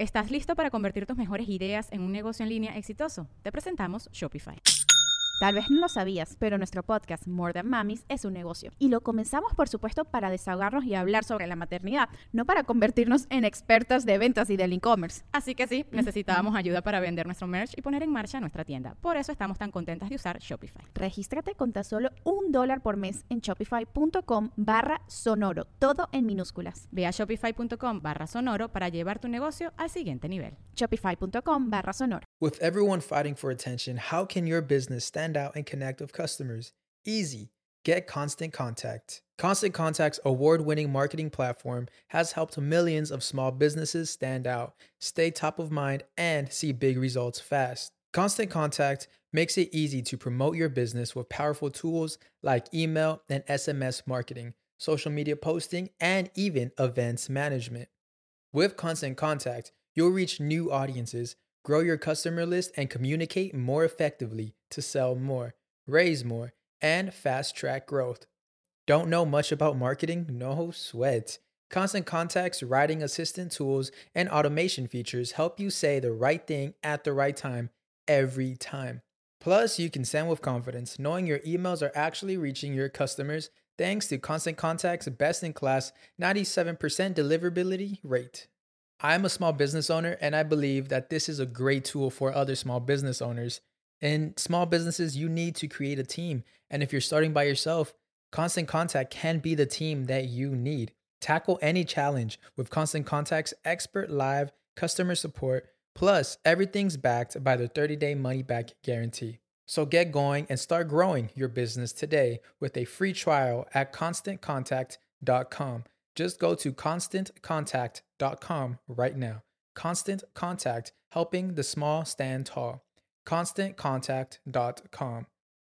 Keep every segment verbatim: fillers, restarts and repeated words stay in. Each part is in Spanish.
¿Estás listo para convertir tus mejores ideas en un negocio en línea exitoso? Te presentamos Shopify. Tal vez no lo sabías, pero nuestro podcast More Than Mamis es un negocio. Y lo comenzamos, por supuesto, para desahogarnos y hablar sobre la maternidad, no para convertirnos en expertas de ventas y del e-commerce. Así que sí, necesitábamos ayuda para vender nuestro merch y poner en marcha nuestra tienda. Por eso estamos tan contentas de usar Shopify. Regístrate con tan solo un dólar por mes en shopify.com barra sonoro, todo en minúsculas. Ve a shopify.com barra sonoro para llevar tu negocio al siguiente nivel. Shopify.com barra sonoro. With everyone fighting for attention, how can your business stand out and connect with customers? Easy. Get Constant Contact. Constant Contact's award-winning marketing platform has helped millions of small businesses stand out, stay top of mind, and see big results fast. Constant Contact makes it easy to promote your business with powerful tools like email and S M S marketing, social media posting, and even events management. With Constant Contact, you'll reach new audiences, grow your customer list, and communicate more effectively to sell more, raise more, and fast-track growth. Don't know much about marketing? No sweat. Constant Contact's writing assistant tools and automation features help you say the right thing at the right time every time. Plus, you can send with confidence, knowing your emails are actually reaching your customers thanks to Constant Contact's best-in-class ninety-seven percent deliverability rate. I'm a small business owner, and I believe that this is a great tool for other small business owners. In small businesses, you need to create a team. And if you're starting by yourself, Constant Contact can be the team that you need. Tackle any challenge with Constant Contact's expert live customer support. Plus, everything's backed by the thirty-day money-back guarantee. So get going and start growing your business today with a free trial at constant contact dot com. Just go to constant contact dot com right now. Constant Contact, helping the small stand tall. constant contact dot com.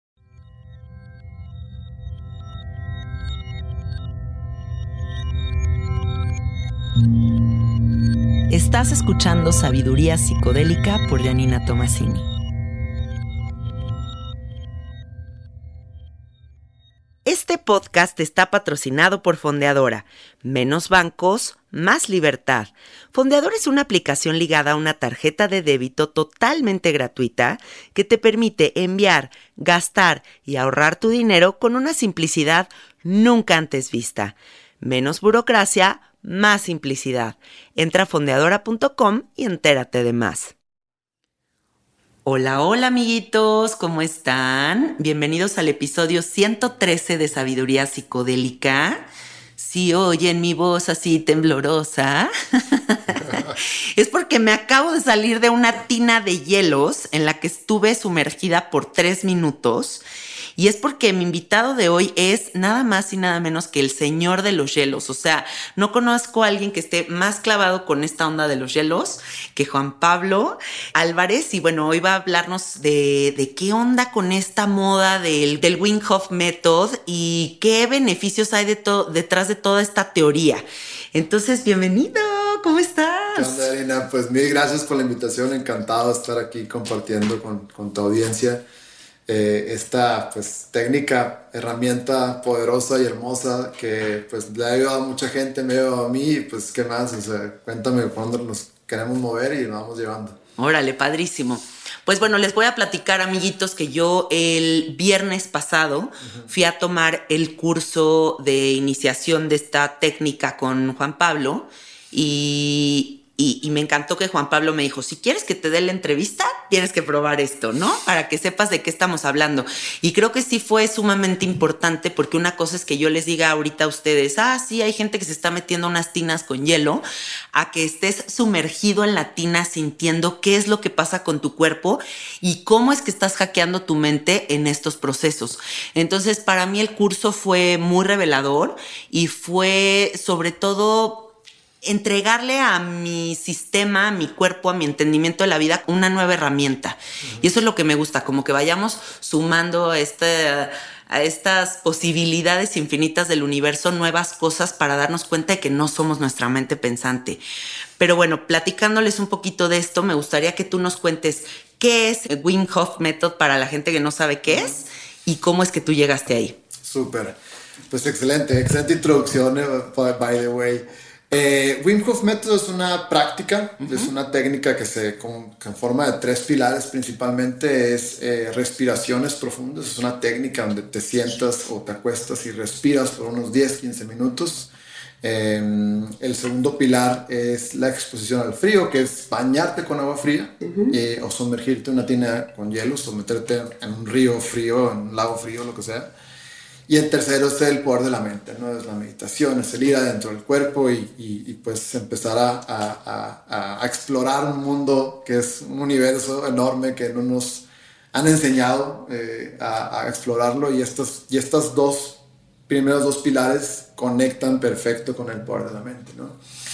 Estás escuchando Sabiduría Psicodélica por Janina Tomasini. Este podcast está patrocinado por Fondeadora. Menos bancos, más libertad. Fondeadora es una aplicación ligada a una tarjeta de débito totalmente gratuita que te permite enviar, gastar y ahorrar tu dinero con una simplicidad nunca antes vista. Menos burocracia, más simplicidad. Entra a fondeadora punto com y entérate de más. Hola, hola amiguitos, ¿cómo están? Bienvenidos al episodio ciento trece de Sabiduría Psicodélica. Si oyen mi voz así temblorosa, es porque me acabo de salir de una tina de hielos en la que estuve sumergida por tres minutos. Y es porque mi invitado de hoy es nada más y nada menos que el señor de los hielos. O sea, no conozco a alguien que esté más clavado con esta onda de los hielos que Juan Pablo Álvarez. Y bueno, hoy va a hablarnos de, de qué onda con esta moda del, del Wim Hof Method y qué beneficios hay de to- detrás de toda esta teoría. Entonces, bienvenido. ¿Cómo estás? ¿Qué onda, Arina? Pues mil gracias por la invitación. Encantado de estar aquí compartiendo con, con tu audiencia. Eh, esta pues técnica, herramienta poderosa y hermosa que pues le ha ayudado a mucha gente, me ha ayudado a mí y pues qué más, o sea, cuéntame cuándo nos queremos mover y nos vamos llevando. Órale, padrísimo. Pues bueno, les voy a platicar, amiguitos, que yo el viernes pasado uh-huh. fui a tomar el curso de iniciación de esta técnica con Juan Pablo y... Y, y me encantó que Juan Pablo me dijo, si quieres que te dé la entrevista, tienes que probar esto, ¿no? Para que sepas de qué estamos hablando. Y creo que sí fue sumamente importante porque una cosa es que yo les diga ahorita a ustedes, ah, sí, hay gente que se está metiendo unas tinas con hielo, a que estés sumergido en la tina sintiendo qué es lo que pasa con tu cuerpo y cómo es que estás hackeando tu mente en estos procesos. Entonces, para mí el curso fue muy revelador y fue sobre todo entregarle a mi sistema, a mi cuerpo, a mi entendimiento de la vida una nueva herramienta. Uh-huh. Y eso es lo que me gusta, como que vayamos sumando a, este, a estas posibilidades infinitas del universo, nuevas cosas para darnos cuenta de que no somos nuestra mente pensante. Pero bueno, platicándoles un poquito de esto, me gustaría que tú nos cuentes qué es el Wim Hof Method para la gente que no sabe qué uh-huh. es y cómo es que tú llegaste ahí. Súper. Pues excelente, excelente introducción, by the way. Eh, Wim Hof Method es una práctica, uh-huh. es una técnica que se conforma de tres pilares principalmente. Es eh, respiraciones profundas, es una técnica donde te sientas o te acuestas y respiras por unos diez a quince minutos. Eh, el segundo pilar es la exposición al frío, que es bañarte con agua fría uh-huh. eh, o sumergirte en una tina con hielo, someterte en un río frío, en un lago frío, lo que sea. Y el tercero es el poder de la mente, ¿no? Es la meditación, es el ir adentro del cuerpo y, y, y pues empezar a, a, a, a explorar un mundo que es un universo enorme que no nos han enseñado eh, a, a explorarlo, y estos, y estas dos primeros dos pilares conectan perfecto con el poder de la mente, ¿no?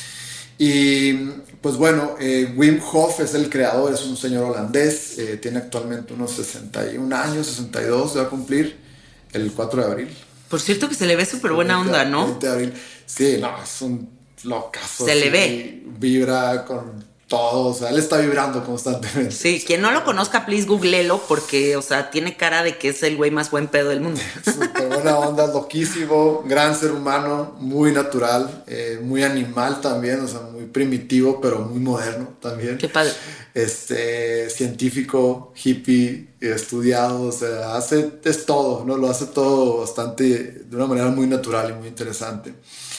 Y pues bueno, eh, Wim Hof es el creador, es un señor holandés, eh, tiene actualmente unos sesenta y un años, sesenta y dos, va a cumplir el cuatro de abril. Por cierto que se le ve súper buena onda, ¿no? veinte de abril. Sí, no, es un locazo. Se sí, le ve. Vibra con todo, o sea, él está vibrando constantemente. Sí, quien no lo conozca, please googlelo, porque, o sea, tiene cara de que es el güey más buen pedo del mundo. Súper buena onda, loquísimo, gran ser humano, muy natural, eh, muy animal también, o sea, muy primitivo, pero muy moderno también. Qué padre. Este, científico, hippie, estudiado, o sea, hace, es todo, ¿no? Lo hace todo bastante, de una manera muy natural y muy interesante.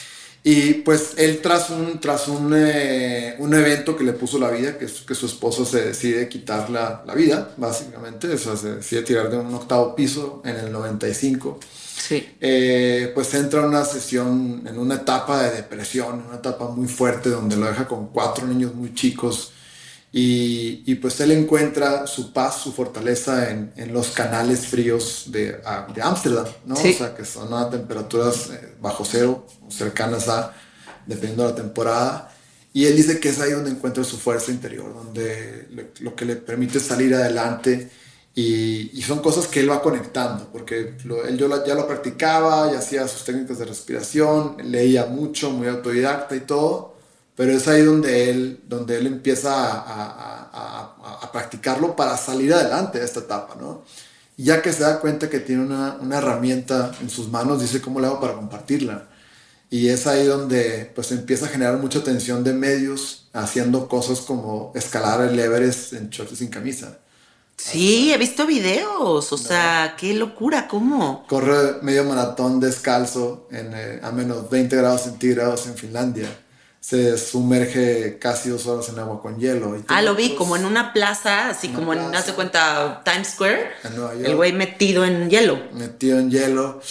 Y pues él tras un, tras un, eh, un evento que le puso la vida, que es que su esposo se decide quitar la, la vida, básicamente, o sea, se decide tirar de un octavo piso en el noventa y cinco. Sí. Eh, pues entra en una sesión, en una etapa de depresión, una etapa muy fuerte donde lo deja con cuatro niños muy chicos. Y, y pues él encuentra su paz, su fortaleza en, en los canales fríos de Ámsterdam, ¿no? Sí. O sea, que son a temperaturas eh, bajo cero, cercanas a, dependiendo de la temporada. Y él dice que es ahí donde encuentra su fuerza interior, donde le, lo que le permite salir adelante. Y, y son cosas que él va conectando, porque lo, él yo la, ya lo practicaba, y hacía sus técnicas de respiración, leía mucho, muy autodidacta y todo. Pero es ahí donde él, donde él empieza a, a, a, a practicarlo para salir adelante de esta etapa, ¿no? Y ya que se da cuenta que tiene una, una herramienta en sus manos, dice, ¿cómo le hago para compartirla? Y es ahí donde pues empieza a generar mucha tensión de medios, haciendo cosas como escalar el Everest en shorts y sin camisa. Sí, he visto videos, o no. sea, qué locura, ¿cómo? Corre medio maratón descalzo en, eh, a menos veinte grados centígrados en Finlandia. Se sumerge casi dos horas en agua con hielo. Y ah, lo vi, como en una plaza, así una como plaza, en, hace cuenta, Times Square. En Nueva York. El güey metido en hielo. Metido en hielo.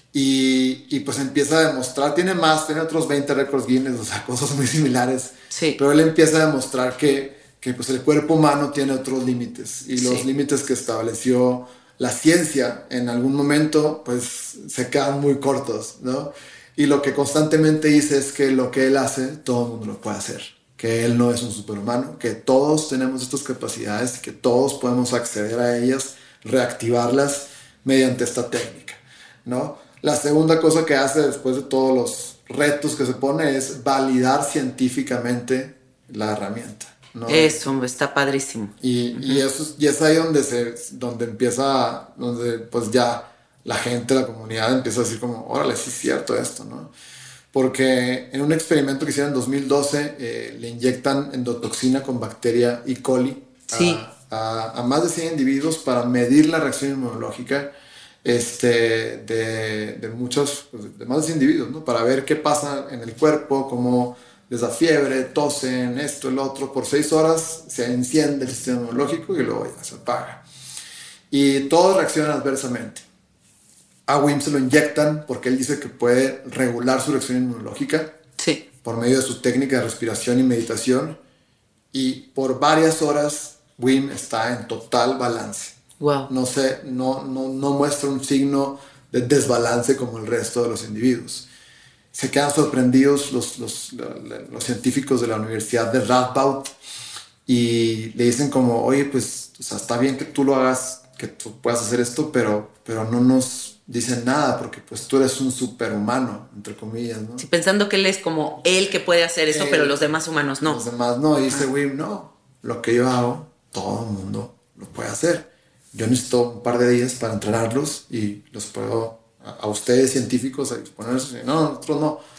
Y, y pues empieza a demostrar, tiene más, tiene otros veinte récords Guinness, o sea, cosas muy similares. Sí. Pero él empieza a demostrar que, que pues el cuerpo humano tiene otros límites. Y los sí. límites que estableció la ciencia en algún momento, pues se quedan muy cortos, ¿no? Y lo que constantemente dice es que lo que él hace, todo el mundo lo puede hacer. Que él no es un superhumano, que todos tenemos estas capacidades, que todos podemos acceder a ellas, reactivarlas mediante esta técnica, ¿no? La segunda cosa que hace después de todos los retos que se pone es validar científicamente la herramienta, ¿no? Eso, está padrísimo. Y, uh-huh. y, eso, y es ahí donde, se, donde empieza, donde pues ya la gente, la comunidad empieza a decir como, órale, sí es cierto esto, ¿no? Porque en un experimento que hicieron en dos mil doce, eh, le inyectan endotoxina con bacteria E. coli sí. a, a, a más de cien individuos para medir la reacción inmunológica este, de, de muchos, pues, de más de cien individuos, ¿no? Para ver qué pasa en el cuerpo, cómo les da fiebre, tosen, esto, el otro. Por seis horas se enciende el sistema inmunológico y luego ya se apaga. Y todos reaccionan adversamente. A Wim se lo inyectan porque él dice que puede regular su reacción inmunológica sí. por medio de su técnica de respiración y meditación. Y por varias horas Wim está en total balance. Wow. No, sé, no, no, no muestra un signo de desbalance como el resto de los individuos. Se quedan sorprendidos los, los, los, los científicos de la Universidad de Radboud y le dicen como, oye, pues o sea, está bien que tú lo hagas, que tú puedas hacer esto, pero, pero no nos dicen nada porque pues tú eres un superhumano, entre comillas, ¿no? Sí, pensando que él es como él que puede hacer eso, él, pero los demás humanos no. Los demás no, y dice Wim, no, lo que yo hago, todo el mundo lo puede hacer. Yo necesito un par de días para entrenarlos y los puedo, a, a ustedes científicos, a exponerse. No, nosotros no.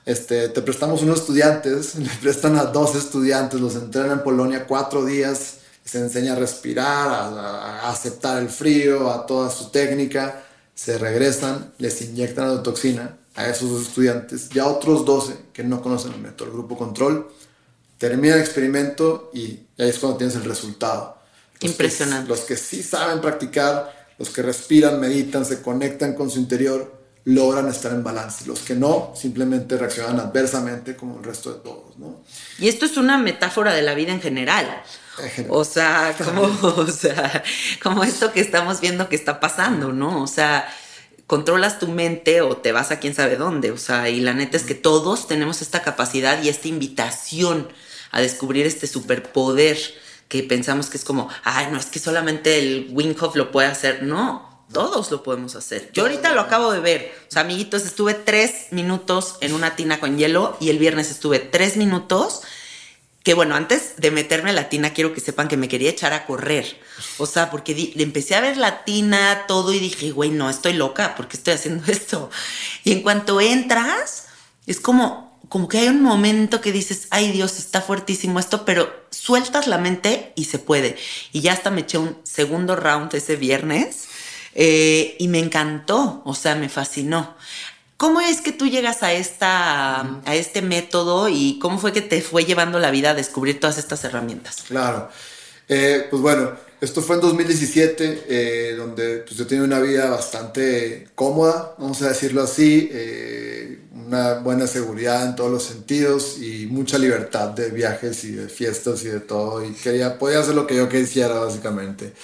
Este, te prestamos unos estudiantes, le prestan a dos estudiantes, los entrenan en Polonia cuatro días, se enseña a respirar, a, a aceptar el frío, a toda su técnica, se regresan, les inyectan la toxina a esos dos estudiantes y a otros doce que no conocen el método, el grupo control, termina el experimento y ahí es cuando tienes el resultado. Los Impresionante. Que, los que sí saben practicar, los que respiran, meditan, se conectan con su interior, logran estar en balance. Los que no, simplemente reaccionan adversamente como el resto de todos, ¿no? Y esto es una metáfora de la vida en general. En general. O sea, como, o sea, como esto que estamos viendo que está pasando, ¿no? O sea, controlas tu mente o te vas a quién sabe dónde. O sea, y la neta es que todos tenemos esta capacidad y esta invitación a descubrir este superpoder que pensamos que es como, ay, no, es que solamente el Wim Hof lo puede hacer. No. Todos lo podemos hacer. Yo ahorita lo acabo de ver. O sea, amiguitos, estuve tres minutos en una tina con hielo y el viernes estuve tres minutos. Que bueno, antes de meterme a la tina, quiero que sepan que me quería echar a correr. O sea, porque di- empecé a ver la tina, todo, y dije, güey, no, estoy loca, ¿por qué estoy haciendo esto? Y en cuanto entras, es como, como que hay un momento que dices, ay Dios, está fuertísimo esto, pero sueltas la mente y se puede. Y ya hasta me eché un segundo round ese viernes. Eh, y me encantó, o sea, me fascinó. ¿Cómo es que tú llegas a, esta, a este método y cómo fue que te fue llevando la vida a descubrir todas estas herramientas? Claro. Eh, pues bueno, esto fue en dos mil diecisiete, eh, donde pues, yo tenía una vida bastante cómoda, vamos a decirlo así, eh, una buena seguridad en todos los sentidos y mucha libertad de viajes y de fiestas y de todo. Y quería, podía hacer lo que yo quisiera, básicamente.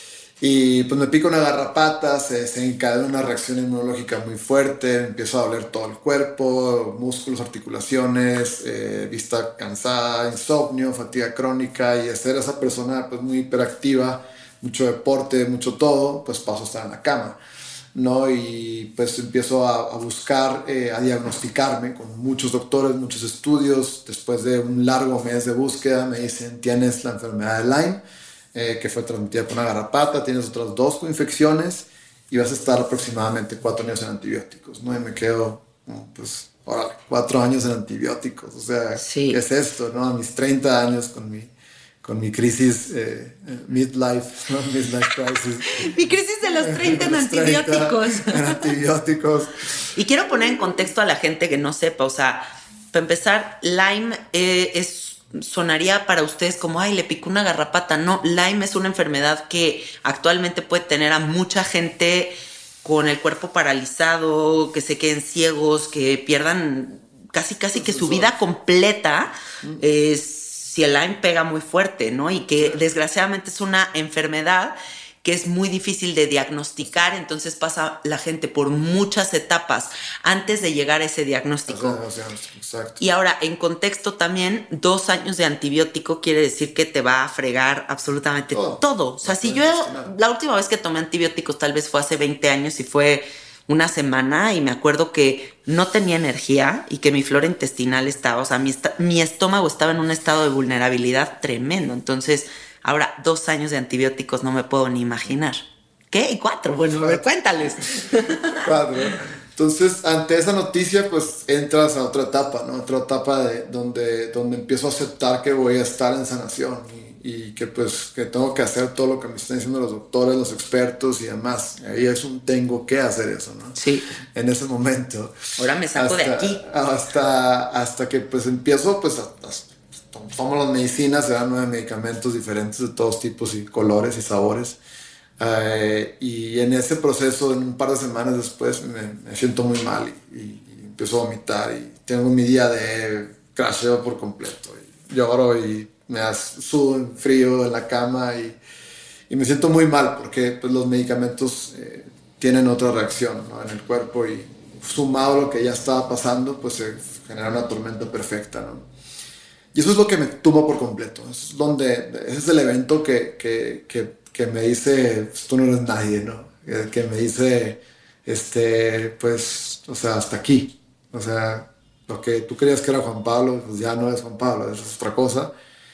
Y pues me pica una garrapata, se, se encadena una reacción inmunológica muy fuerte, empiezo a doler todo el cuerpo, músculos, articulaciones, eh, vista cansada, insomnio, fatiga crónica, y de ser esa persona pues muy hiperactiva, mucho deporte, mucho todo, pues paso a estar en la cama, ¿no? Y pues empiezo a, a buscar, eh, a diagnosticarme con muchos doctores, muchos estudios. Después de un largo mes de búsqueda me dicen, tienes la enfermedad de Lyme, Eh, que fue transmitida por una garrapata, tienes otras dos infecciones y vas a estar aproximadamente cuatro años en antibióticos, ¿no? Y me quedo, pues, órale, cuatro años en antibióticos, o sea, sí. ¿Qué es esto, no? A mis treinta años con mi, con mi crisis eh, midlife, ¿no? Midlife crisis. Mi crisis de los treinta en antibióticos. En antibióticos. Y quiero poner en contexto a la gente que no sepa, o sea, para empezar, Lyme eh, es sonaría para ustedes como, ay, le picó una garrapata. No, Lyme es una enfermedad que actualmente puede tener a mucha gente con el cuerpo paralizado, que se queden ciegos, que pierdan casi, casi que su vida completa eh, si el Lyme pega muy fuerte, ¿no? Y que desgraciadamente es una enfermedad que es muy difícil de diagnosticar, entonces pasa la gente por muchas etapas antes de llegar a ese diagnóstico. O sea, o sea, exacto. Y ahora, en contexto también, dos años de antibiótico quiere decir que te va a fregar absolutamente todo. todo. O sea, no si yo, la última vez que tomé antibióticos tal vez fue hace veinte años y fue una semana y me acuerdo que no tenía energía y que mi flora intestinal estaba, o sea, mi, mi estómago estaba en un estado de vulnerabilidad tremendo. Entonces, ahora, dos años de antibióticos no me puedo ni imaginar. ¿Qué? ¿Y cuatro? Bueno, a ver, cuéntales. Cuatro. Entonces, ante esa noticia, pues entras a otra etapa, ¿no? Otra etapa de, donde, donde empiezo a aceptar que voy a estar en sanación y, y que pues que tengo que hacer todo lo que me están diciendo los doctores, los expertos y demás. Ahí es un tengo que hacer eso, ¿no? Sí. En ese momento. Ahora me saco hasta, de aquí. Hasta, hasta que pues empiezo pues a, a tomo las medicinas, se dan nueve medicamentos diferentes de todos tipos y colores y sabores. Uh, y en ese proceso, en un par de semanas después, me, me siento muy mal y, y, y empiezo a vomitar y tengo mi día de crasheo por completo. Y lloro y me sudo en frío en la cama y, y me siento muy mal porque pues, los medicamentos eh, tienen otra reacción, ¿no? En el cuerpo y sumado a lo que ya estaba pasando, pues se genera una tormenta perfecta, ¿no? Y eso es lo que me tumba por completo. Es donde, ese es el evento que, que, que, que me dice, pues, tú no eres nadie, ¿no? Que, que me dice, este, pues, o sea, hasta aquí. O sea, lo que tú creías que era Juan Pablo, pues ya no es Juan Pablo, es otra cosa.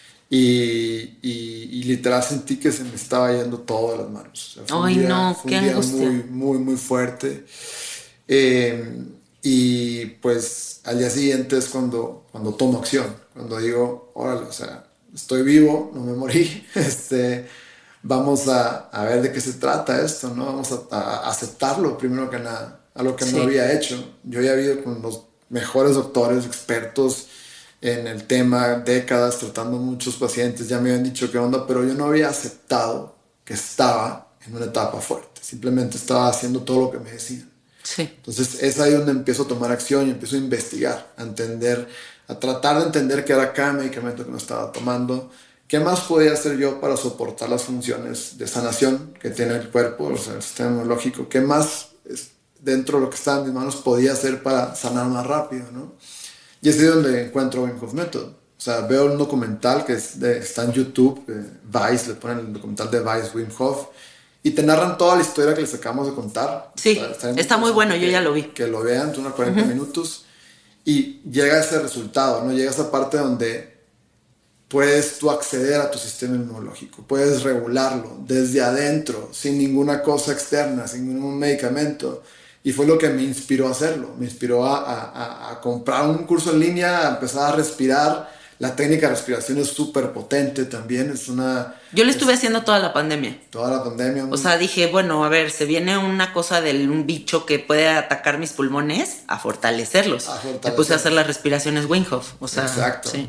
Y, y, y literal sentí que se me estaba yendo todo de las manos. O sea, Ay, día, no, fue qué un día angustia. muy, muy, muy fuerte. Eh, Y pues al día siguiente es cuando, cuando tomo acción, cuando digo, órale, o sea, estoy vivo, no me morí, este, vamos a, a ver de qué se trata esto, ¿no? Vamos a, a aceptarlo primero que nada, a lo que sí. no había hecho. Yo ya había ido con los mejores doctores, expertos en el tema, décadas, tratando muchos pacientes, ya me habían dicho qué onda, pero yo no había aceptado que estaba en una etapa fuerte, simplemente estaba haciendo todo lo que me decían. Sí. Entonces es ahí donde empiezo a tomar acción y empiezo a investigar, a entender, a tratar de entender qué era cada medicamento que me estaba tomando, qué más podía hacer yo para soportar las funciones de sanación que tiene el cuerpo, o sea, el sistema inmunológico, qué más dentro de lo que estaba en mis manos podía hacer para sanar más rápido, ¿no? Y es ahí donde encuentro Wim Hof Method. O sea, veo un documental que es de, está en YouTube, eh, Vice, le ponen el documental de Vice, Wim Hof, y te narran toda la historia que les acabamos de contar. Sí, está, está, está muy bueno, yo ya lo vi. Que lo vean, son unos cuarenta uh-huh. minutos, y llega a ese resultado, ¿no? Llega a esa parte donde puedes tú acceder a tu sistema inmunológico, puedes regularlo desde adentro, sin ninguna cosa externa, sin ningún medicamento. Y fue lo que me inspiró a hacerlo, me inspiró a, a, a comprar un curso en línea, a empezar a respirar. La técnica de respiración es súper potente también, es una... Yo lo estuve es, haciendo toda la pandemia. Toda la pandemia. O sea, dije, bueno, a ver, se viene una cosa de un bicho que puede atacar mis pulmones, a fortalecerlos. A fortalecerlos. Me puse a hacer las respiraciones Wim Hof, o sea... Exacto. Sí.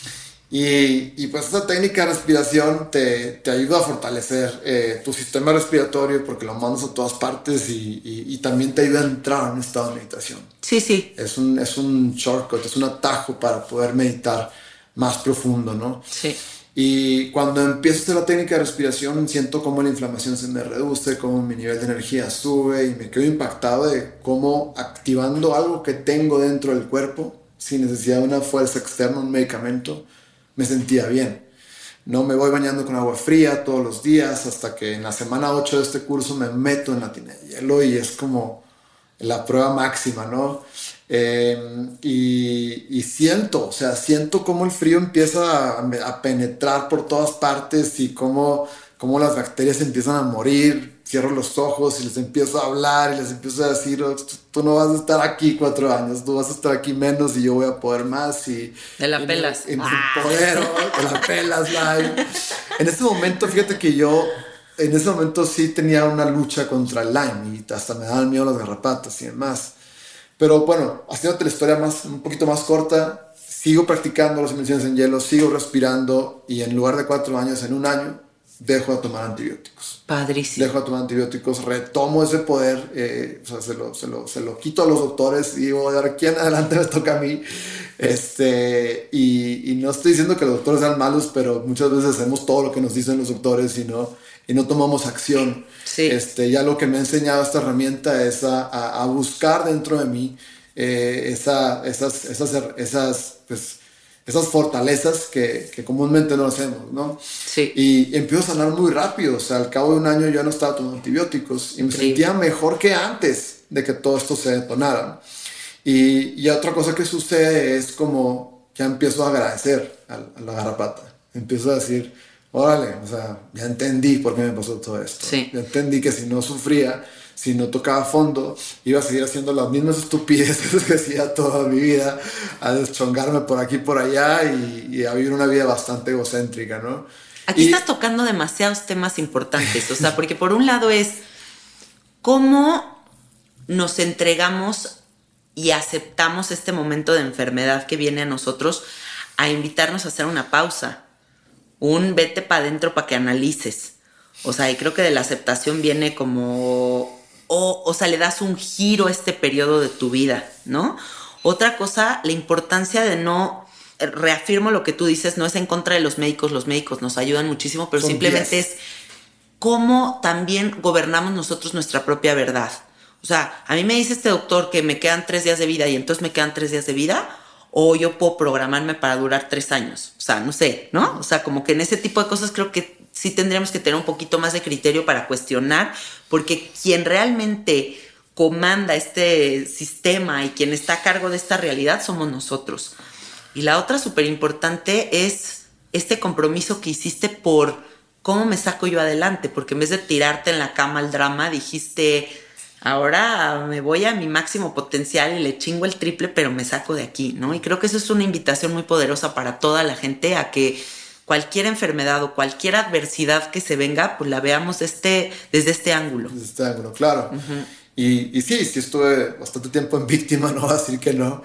Y, y pues esa técnica de respiración te, te ayuda a fortalecer eh, tu sistema respiratorio porque lo mandas a todas partes y, y, y también te ayuda a entrar en un estado de meditación. Sí, sí. Es un, es un shortcut, es un atajo para poder meditar más profundo, ¿no? Sí. Y cuando empiezo a hacer la técnica de respiración siento cómo la inflamación se me reduce, cómo mi nivel de energía sube y me quedo impactado de cómo activando algo que tengo dentro del cuerpo sin necesidad de una fuerza externa, un medicamento, me sentía bien. No me voy bañando con agua fría todos los días hasta que en la semana ocho de este curso me meto en la tina de hielo y es como la prueba máxima, ¿no? Eh, y, y siento, o sea, siento cómo el frío empieza a, a penetrar por todas partes y cómo, cómo las bacterias empiezan a morir. Cierro los ojos y les empiezo a hablar y les empiezo a decir, oh, tú no vas a estar aquí cuatro años, tú vas a estar aquí menos y yo voy a poder más. Y, de la y pelas. Me, y me ah. empodero, de la pelas live. En ese momento, fíjate que yo, en ese momento sí tenía una lucha contra el Lyme y hasta me daban miedo las garrapatas y demás. Pero bueno, haciéndote la historia más, un poquito más corta, sigo practicando las inmersiones en hielo, sigo respirando y en lugar de cuatro años, en un año, dejo de tomar antibióticos. Padrísimo. Dejo de tomar antibióticos, retomo ese poder, eh, o sea, se lo, se, lo, se lo quito a los doctores y digo, de aquí en adelante me toca a mí. Este, y, y no estoy diciendo que los doctores sean malos, pero muchas veces hacemos todo lo que nos dicen los doctores y no, y no tomamos acción. Sí. Este, ya lo que me ha enseñado esta herramienta es a, a, a buscar dentro de mí eh, esa, esas, esas, esas, pues, esas fortalezas que, que comúnmente no hacemos, ¿no? Sí. Y empiezo a sanar muy rápido, o sea, al cabo de un año yo no estaba tomando antibióticos y me sí. sentía mejor que antes de que todo esto se detonara. Y, y otra cosa que sucede es como ya empiezo a agradecer a, a la garrapata. Empiezo a decir, órale, o sea, ya entendí por qué me pasó todo esto. Sí. Ya entendí que si no sufría, si no tocaba fondo, iba a seguir haciendo las mismas estupideces que hacía toda mi vida, a deschongarme por aquí y por allá y, y a vivir una vida bastante egocéntrica, ¿no? Aquí y... estás tocando demasiados temas importantes, o sea, porque por un lado es cómo nos entregamos y aceptamos este momento de enfermedad que viene a nosotros a invitarnos a hacer una pausa, un vete para adentro para que analices. O sea, y creo que de la aceptación viene como... O, o sea, le das un giro a este periodo de tu vida, ¿no? Otra cosa, la importancia de no... Reafirmo lo que tú dices, no es en contra de los médicos, los médicos nos ayudan muchísimo, pero Son simplemente diez. Es cómo también gobernamos nosotros nuestra propia verdad. O sea, a mí me dice este doctor que me quedan tres días de vida y entonces me quedan tres días de vida, o yo puedo programarme para durar tres años. O sea, no sé, ¿no? O sea, como que en ese tipo de cosas creo que sí tendríamos que tener un poquito más de criterio para cuestionar, porque quien realmente comanda este sistema y quien está a cargo de esta realidad somos nosotros. Y la otra súper importante es este compromiso que hiciste por cómo me saco yo adelante, porque en vez de tirarte en la cama al drama, dijiste, Ahora me voy a mi máximo potencial y le chingo el triple, pero me saco de aquí, ¿no? Y creo que eso es una invitación muy poderosa para toda la gente a que cualquier enfermedad o cualquier adversidad que se venga, pues la veamos este, desde este ángulo. Desde este ángulo, claro. Uh-huh. Y, y sí, sí estuve bastante tiempo en víctima, no voy a decir que no.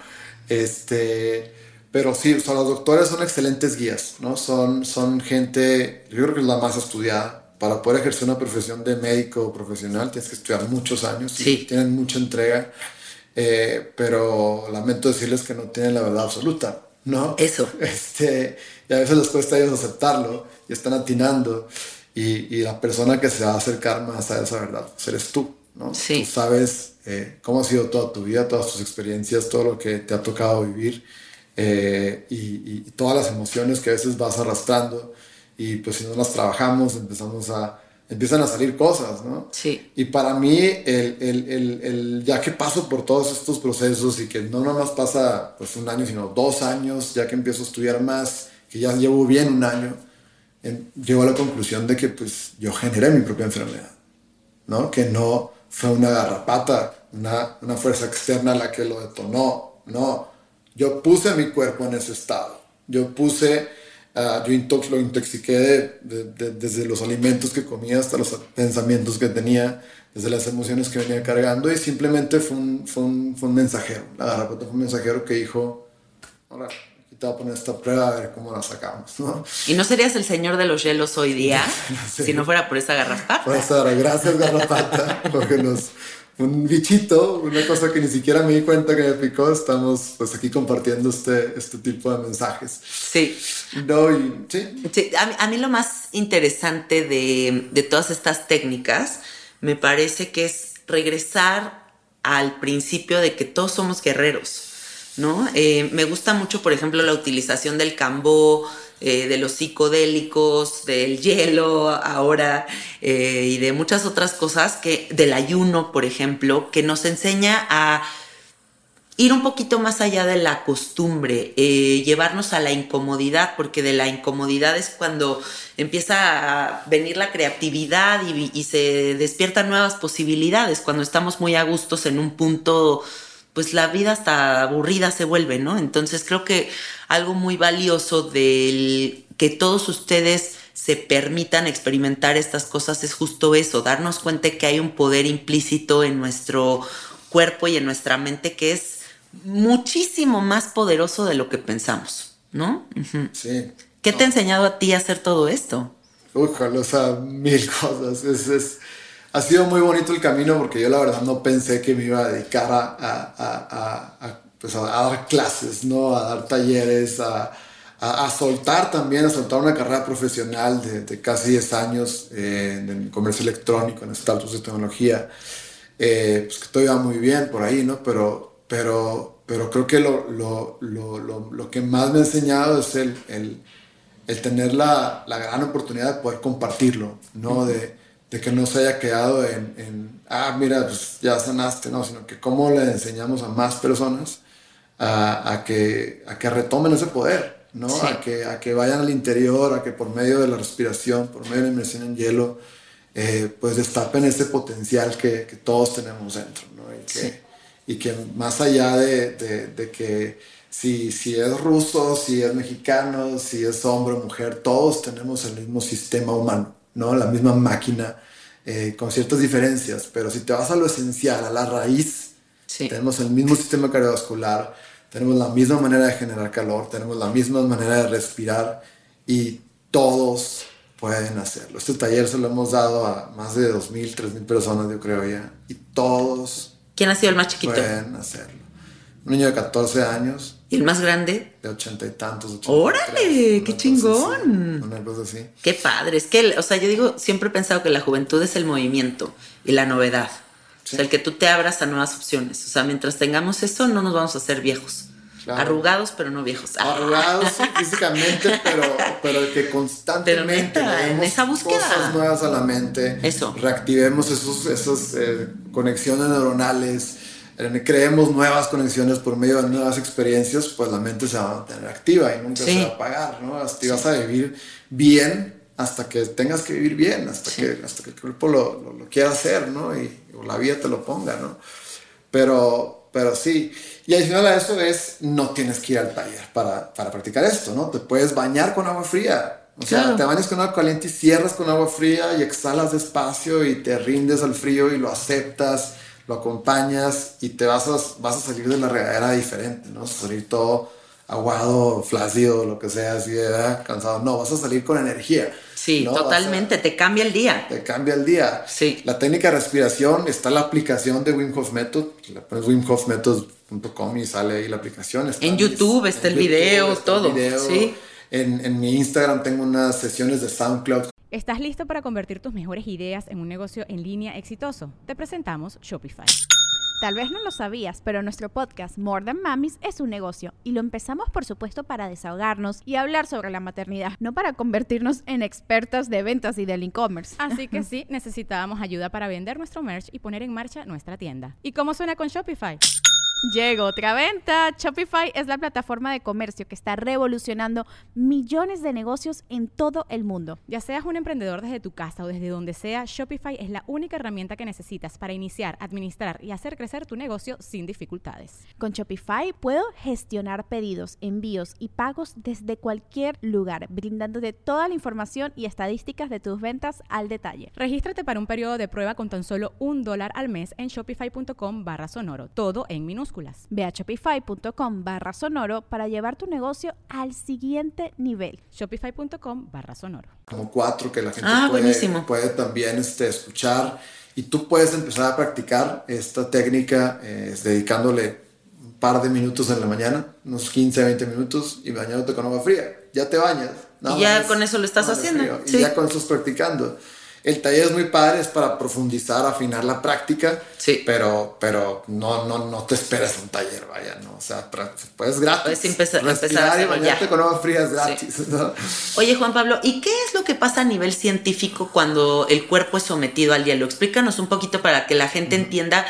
Este, pero sí, o sea, los doctores son excelentes guías, ¿no? Son, son gente, yo creo que es la más estudiada. Para poder ejercer una profesión de médico profesional tienes que estudiar muchos años. Sí. Tienen mucha entrega, eh, pero lamento decirles que no tienen la verdad absoluta, ¿no? Eso. Este, y a veces les cuesta a ellos aceptarlo y están atinando. Y, y la persona que se va a acercar más a esa verdad, pues eres tú, ¿no? Sí. Tú sabes eh, cómo ha sido toda tu vida, todas tus experiencias, todo lo que te ha tocado vivir eh, y, y, y todas las emociones que a veces vas arrastrando. Y pues si no las trabajamos, empezamos a, empiezan a salir cosas, ¿no? Sí. Y para mí, el, el, el, el, ya que paso por todos estos procesos y que no nomás pasa pues un año, sino dos años, ya que empiezo a estudiar más, que ya llevo bien un año, en, llego a la conclusión de que pues yo generé mi propia enfermedad, ¿no? Que no fue una garrapata, una, una fuerza externa la que lo detonó, no. Yo puse mi cuerpo en ese estado. Yo puse... Uh, yo intox, lo intoxiqué de, de, de, desde los alimentos que comía hasta los pensamientos que tenía, desde las emociones que venía cargando, y simplemente fue un, fue un, fue un mensajero. La garrapata fue un mensajero que dijo, ahora aquí te voy a poner esta prueba a ver cómo la sacamos, ¿no? ¿Y no serías el señor de los hielos hoy día sí. si no fuera por esa garrapata? Por esa, gracias garrapata, porque nos... un bichito, una cosa que ni siquiera me di cuenta que me picó, estamos pues aquí compartiendo este, este tipo de mensajes. Sí. No, y, sí. sí a, mí, a mí lo más interesante de, de todas estas técnicas me parece que es regresar al principio de que todos somos guerreros, ¿no? Eh, me gusta mucho, por ejemplo, la utilización del cambó, Eh, de los psicodélicos, del hielo ahora eh, y de muchas otras cosas, que, del ayuno, por ejemplo, que nos enseña a ir un poquito más allá de la costumbre, eh, llevarnos a la incomodidad, porque de la incomodidad es cuando empieza a venir la creatividad y, y se despiertan nuevas posibilidades, cuando estamos muy a gustos en un punto, pues la vida hasta aburrida se vuelve, ¿no? Entonces creo que algo muy valioso del que todos ustedes se permitan experimentar estas cosas es justo eso, darnos cuenta que hay un poder implícito en nuestro cuerpo y en nuestra mente que es muchísimo más poderoso de lo que pensamos, ¿no? Uh-huh. Sí. ¿Qué no. te ha enseñado a ti a hacer todo esto? Ojalá, o sea, mil cosas. Es, es, ha sido muy bonito el camino porque yo la verdad no pensé que me iba a dedicar a, a, a, a, pues a, a dar clases, ¿no? A dar talleres, a, a, a soltar también, a soltar una carrera profesional de, de casi diez años eh, en comercio electrónico, en startups de tecnología. Eh, pues que todo iba muy bien por ahí, ¿no? Pero, pero, pero creo que lo, lo, lo, lo, lo que más me ha enseñado es el, el, el tener la, la gran oportunidad de poder compartirlo, ¿no? De, de que no se haya quedado en, en, ah, mira, pues ya sanaste, no, sino que cómo le enseñamos a más personas a, a, que, a que retomen ese poder, ¿no? Sí. A, que, a que vayan al interior, a que por medio de la respiración, por medio de la inmersión en hielo, eh, pues destapen ese potencial que, que todos tenemos dentro, ¿no? Y que, sí. y que más allá de, de, de que si, si es ruso, si es mexicano, si es hombre o mujer, todos tenemos el mismo sistema humano, ¿no? La misma máquina, eh, con ciertas diferencias, pero si te vas a lo esencial, a la raíz, sí. Tenemos el mismo sistema cardiovascular, tenemos la misma manera de generar calor, tenemos la misma manera de respirar y todos pueden hacerlo. Este taller se lo hemos dado a más de dos mil, tres mil personas, yo creo ya, y todos ¿Quién ha sido el más chiquito? Pueden hacerlo. Un niño de catorce años. ¿Y el más grande? De ochenta y tantos. ¡Órale! ¡Qué chingón! Así, una cosa así. ¡Qué padre! Es que, o sea, yo digo, siempre he pensado que la juventud es el movimiento y la novedad. Sí. O sea, el que tú te abras a nuevas opciones. O sea, mientras tengamos eso, no nos vamos a hacer viejos. Claro. Arrugados, pero no viejos. Arrugados, sí, físicamente, pero, pero que constantemente pero neta, en esa búsqueda. Cosas nuevas a la mente. Eso. Reactivemos esos, esas eh, conexiones neuronales. Creemos nuevas conexiones por medio de nuevas experiencias, pues la mente se va a mantener activa y nunca sí. se va a apagar, ¿no? Así sí. vas a vivir bien hasta que tengas que vivir bien, hasta, sí. que, hasta que el cuerpo lo, lo, lo quiera hacer, ¿no? Y o la vida te lo ponga, ¿no? Pero, pero sí. Y adicional a eso es, no tienes que ir al taller para, para practicar esto, ¿no? Te puedes bañar con agua fría. O sea, claro. te bañas con agua caliente y cierras con agua fría y exhalas despacio y te rindes al frío y lo aceptas, lo acompañas y te vas a, vas a salir de la regadera diferente, ¿no? Vas a salir todo aguado, flácido, lo que sea, así, ¿verdad? Cansado. No, vas a salir con energía. Sí, ¿no? Totalmente, a, te cambia el día. Te cambia el día. Sí. La técnica de respiración, está la aplicación de Wim Hof Method, le pones wim hof method punto com y sale ahí la aplicación. Está en YouTube está el video, todo. El video. Sí. En, en mi Instagram tengo unas sesiones de SoundCloud. ¿Estás listo para convertir tus mejores ideas en un negocio en línea exitoso? Te presentamos Shopify. Tal vez no lo sabías, pero nuestro podcast More Than Mamis es un negocio y lo empezamos por supuesto para desahogarnos y hablar sobre la maternidad, no para convertirnos en expertas de ventas y del e-commerce. Así que sí, necesitábamos ayuda para vender nuestro merch y poner en marcha nuestra tienda. ¿Y cómo suena con Shopify? Llegó otra venta. Shopify es la plataforma de comercio que está revolucionando millones de negocios en todo el mundo. Ya seas un emprendedor desde tu casa o desde donde sea, Shopify es la única herramienta que necesitas para iniciar, administrar y hacer crecer tu negocio sin dificultades. Con Shopify puedo gestionar pedidos, envíos y pagos desde cualquier lugar, brindándote toda la información y estadísticas de tus ventas al detalle. Regístrate para un periodo de prueba con tan solo un dólar al mes en shopify.com barra sonoro, todo en minúsculas. Ve a shopify.com barra sonoro para llevar tu negocio al siguiente nivel. Shopify.com barra sonoro. Como cuatro que la gente ah, puede, buenísimo. puede también este, escuchar. Y tú puedes empezar a practicar esta técnica eh, dedicándole un par de minutos en la mañana, unos quince a veinte minutos, y bañándote con agua fría. Ya te bañas. Y ya con eso lo estás haciendo. Sí. Y ya con eso estás practicando. El taller es muy padre, es para profundizar, afinar la práctica, sí. pero, pero no, no, no te esperes un taller, vaya, ¿no? O sea, puedes gratis. Puedes empezar, empezar a hacerlo y bañarte ya. con agua fría es gratis, sí. ¿no? Oye, Juan Pablo, ¿y qué es lo que pasa a nivel científico cuando el cuerpo es sometido al hielo? Explícanos un poquito para que la gente uh-huh. entienda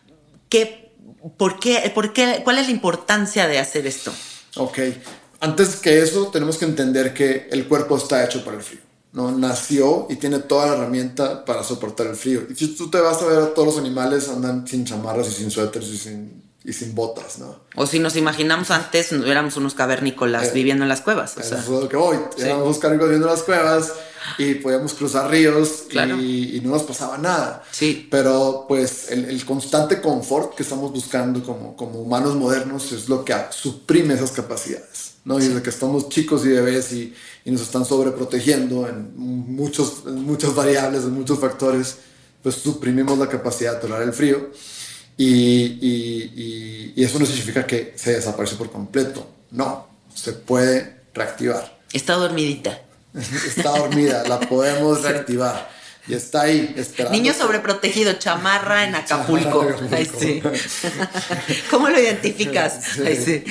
qué, por qué, por qué, cuál es la importancia de hacer esto. Ok, antes que eso tenemos que entender que el cuerpo está hecho para el frío. ¿No? Nació y tiene toda la herramienta para soportar el frío. Y si tú te vas a ver a todos los animales, andan sin chamarras y sin suéteres y sin, y sin botas, ¿no? O si nos imaginamos antes, éramos unos cavernícolas eh, viviendo en las cuevas. O eso sea. es lo que voy. Sí. Éramos unos cavernícolas viviendo en las cuevas y podíamos cruzar ríos claro. y, y no nos pasaba nada. Sí. Pero pues el, el constante confort que estamos buscando como, como humanos modernos es lo que suprime esas capacidades, ¿no? Y sí. desde que estamos chicos y bebés y y nos están sobreprotegiendo en, muchos, en muchas variables, en muchos factores, pues suprimimos la capacidad de tolerar el frío y, y, y, y eso no significa que se desaparece por completo, no, se puede reactivar. Está dormidita. Está dormida, la podemos reactivar. Y está ahí esperando. Niño sobreprotegido, chamarra en Acapulco. Chamarra en Acapulco. Ay, sí. ¿Cómo lo identificas? Sí, Ay, sí.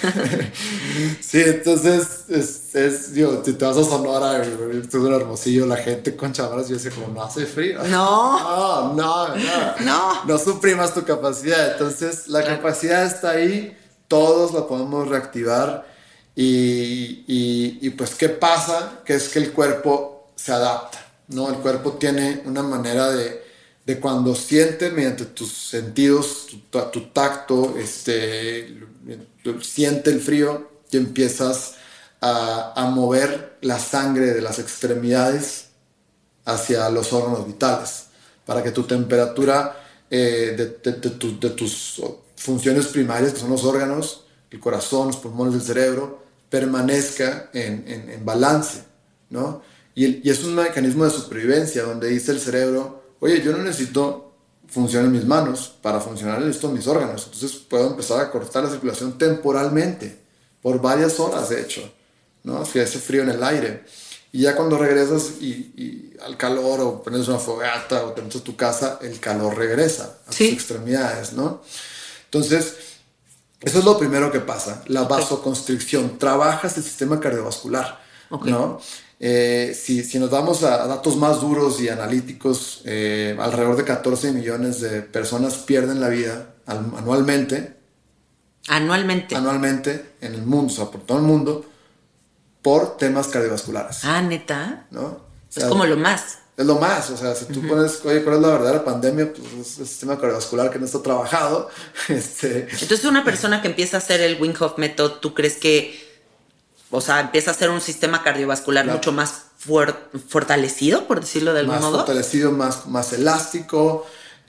Sí, entonces es, es, digo, si te vas a Sonora, es un Hermosillo, la gente con chamarras, yo decía como, no hace frío. No. No, no, no. No. No suprimas tu capacidad. Entonces la claro. capacidad está ahí, todos la podemos reactivar y, y, y pues ¿qué pasa? Que es que el cuerpo se adapta. ¿No? El cuerpo tiene una manera de, de cuando siente mediante tus sentidos, tu, tu tacto, este, siente el frío y empiezas a, a mover la sangre de las extremidades hacia los órganos vitales para que tu temperatura eh, de, de, de, tu, de tus funciones primarias, que son los órganos, el corazón, los pulmones del cerebro, permanezca en, en, en balance, ¿no? Y, y es un mecanismo de supervivencia donde dice el cerebro, oye, yo no necesito funcionar en mis manos, para funcionar necesito mis órganos, entonces puedo empezar a cortar la circulación temporalmente, por varias horas de hecho, ¿no? Si hace frío en el aire. Y ya cuando regresas y, y al calor o pones una fogata o te metes a tu casa, el calor regresa a sí. tus extremidades, ¿no? Entonces, eso es lo primero que pasa, la vasoconstricción, trabajas el sistema cardiovascular, okay. ¿no? Eh, si, si nos vamos a, a datos más duros y analíticos, eh, alrededor de catorce millones de personas pierden la vida al, anualmente. Anualmente. Anualmente en el mundo, o sea, por todo el mundo, por temas cardiovasculares. Ah, ¿neta? ¿No? O sea, es como lo más. Es lo más, o sea, si tú uh-huh. pones, oye, ¿cuál es la verdadera pandemia? Pues es el sistema cardiovascular que no está trabajado. Este... Entonces, una persona que empieza a hacer el Wim Hof Method, ¿tú crees que, o sea, empieza a hacer un sistema cardiovascular claro. mucho más fuer- fortalecido, por decirlo de algún más modo? Más fortalecido, más, más elástico,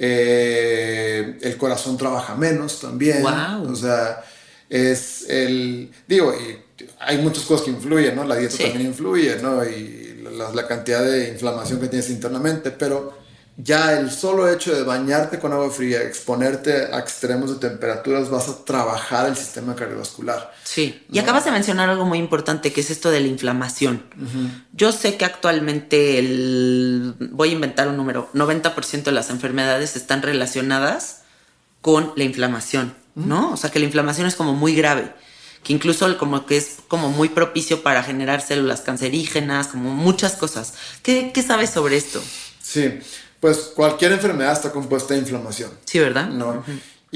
eh, el corazón trabaja menos también. Wow. O sea, es el, digo, y hay muchas cosas que influyen, ¿no? La dieta sí. también influye, ¿no? Y la, la cantidad de inflamación que tienes internamente, pero ya el solo hecho de bañarte con agua fría, exponerte a extremos de temperaturas, vas a trabajar el sistema cardiovascular. Sí, ¿no? Y acabas de mencionar algo muy importante, que es esto de la inflamación. Uh-huh. Yo sé que actualmente, el, voy a inventar un número, noventa por ciento de las enfermedades están relacionadas con la inflamación, uh-huh. ¿no? O sea, que la inflamación es como muy grave, que incluso como que es como muy propicio para generar células cancerígenas, como muchas cosas. ¿Qué, qué sabes sobre esto? Sí, pues cualquier enfermedad está compuesta de inflamación. Sí, ¿verdad? ¿No? Uh-huh.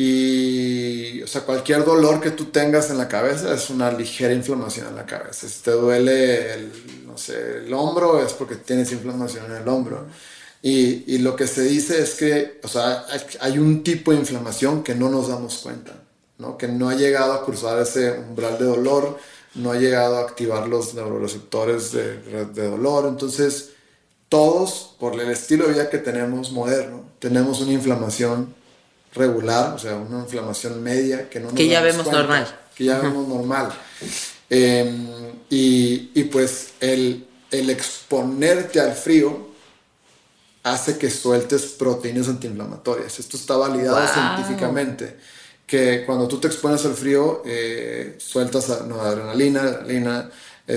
Y, o sea, cualquier dolor que tú tengas en la cabeza es una ligera inflamación en la cabeza. Si te duele el, no sé, el hombro, es porque tienes inflamación en el hombro. Y, y lo que se dice es que, o sea, hay, hay un tipo de inflamación que no nos damos cuenta, ¿no? Que no ha llegado a cruzar ese umbral de dolor, no ha llegado a activar los neuroreceptores de, de dolor. Entonces, todos, por el estilo de vida que tenemos moderno, tenemos una inflamación regular, o sea, una inflamación media que no nos que ya vemos cuenta, normal. Que ya uh-huh. vemos normal. Eh, y, y pues el, el exponerte al frío hace que sueltes proteínas antiinflamatorias. Esto está validado wow. científicamente. Que cuando tú te expones al frío, eh, sueltas no, adrenalina, adrenalina,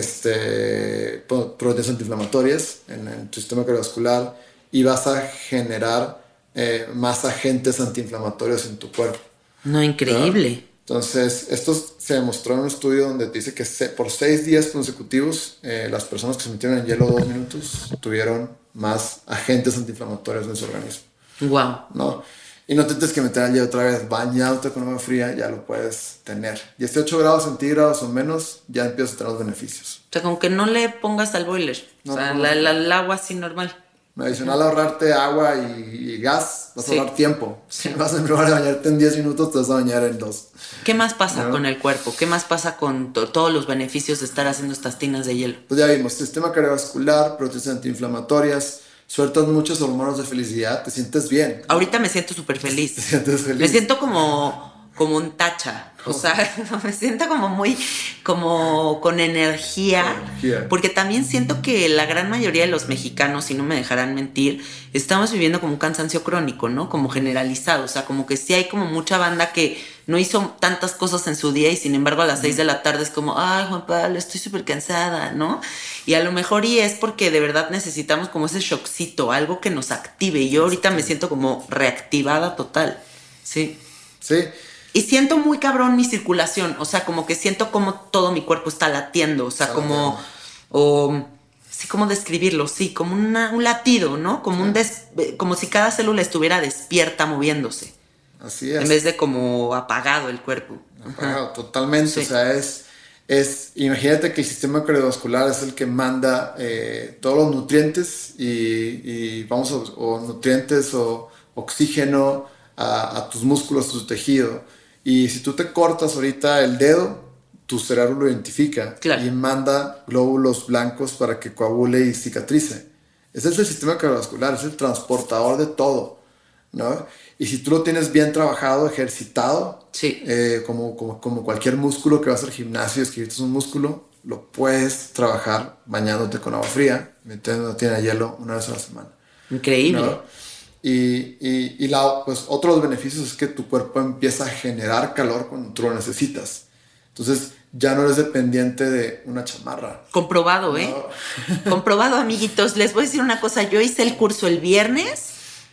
este, proteínas antiinflamatorias en, en tu sistema cardiovascular y vas a generar eh, más agentes antiinflamatorios en tu cuerpo. No, increíble. ¿No? Entonces, esto se demostró en un estudio donde dice que se, por seis días consecutivos, eh, las personas que se metieron en hielo dos minutos tuvieron más agentes antiinflamatorios en su organismo. Wow. ¿No? Y no te tienes que meter al hielo otra vez, bañándote con agua fría, ya lo puedes tener. dieciocho grados centígrados o menos, ya empiezas a tener los beneficios. O sea, como que no le pongas al boiler. No, o sea, no, la, la, el agua así normal. Adicional a ahorrarte agua y, y gas, vas sí. a ahorrar tiempo. Si vas a lugar de bañarte en diez minutos, te vas a bañar en dos. ¿Qué más pasa ¿no? con el cuerpo? ¿Qué más pasa con to- todos los beneficios de estar haciendo estas tinas de hielo? Pues ya vimos, sistema cardiovascular, proteínas antiinflamatorias, sueltas muchas hormonas de felicidad, te sientes bien. Ahorita me siento súper feliz. Te sientes feliz. Me siento como, como un tacha. O sea, me siento como muy, como con energía, energía. Porque también siento que la gran mayoría de los mexicanos, si no me dejarán mentir, estamos viviendo como un cansancio crónico, ¿no? Como generalizado. O sea, como que sí hay como mucha banda que no hizo tantas cosas en su día y sin embargo a las seis de la tarde es como, ay, Juan Pablo, estoy súper cansada, ¿no? Y a lo mejor y es porque de verdad necesitamos como ese shockcito, algo que nos active. Y yo ahorita me siento como reactivada total, ¿sí? Sí. Y siento muy cabrón mi circulación, o sea, como que siento como todo mi cuerpo está latiendo, o sea, como, o, sí, ¿cómo describirlo? Sí, como una, un latido, ¿no? Como, un des, como si cada célula estuviera despierta moviéndose. Así es. En vez de como apagado el cuerpo. Apagado, ajá. Totalmente, sí. O sea, es, es, imagínate que el sistema cardiovascular es el que manda eh, todos los nutrientes y, y vamos, a, o nutrientes o oxígeno a, a tus músculos, a tu tejido. Y si tú te cortas ahorita el dedo, tu cerebro lo identifica claro. y manda glóbulos blancos para que coagule y cicatrice. Ese es el sistema cardiovascular, es el transportador de todo, ¿no? Y si tú lo tienes bien trabajado, ejercitado, sí. eh, como, como, como cualquier músculo que vas al gimnasio y escribiste un músculo, lo puedes trabajar bañándote con agua fría, metiéndote en hielo una vez a la semana. Increíble. ¿No? Y, y, y la, pues, otro de los beneficios es que tu cuerpo empieza a generar calor cuando tú lo necesitas. Entonces ya no eres dependiente de una chamarra. Comprobado, ¿no? ¿eh? Comprobado, amiguitos. Les voy a decir una cosa. Yo hice el curso el viernes.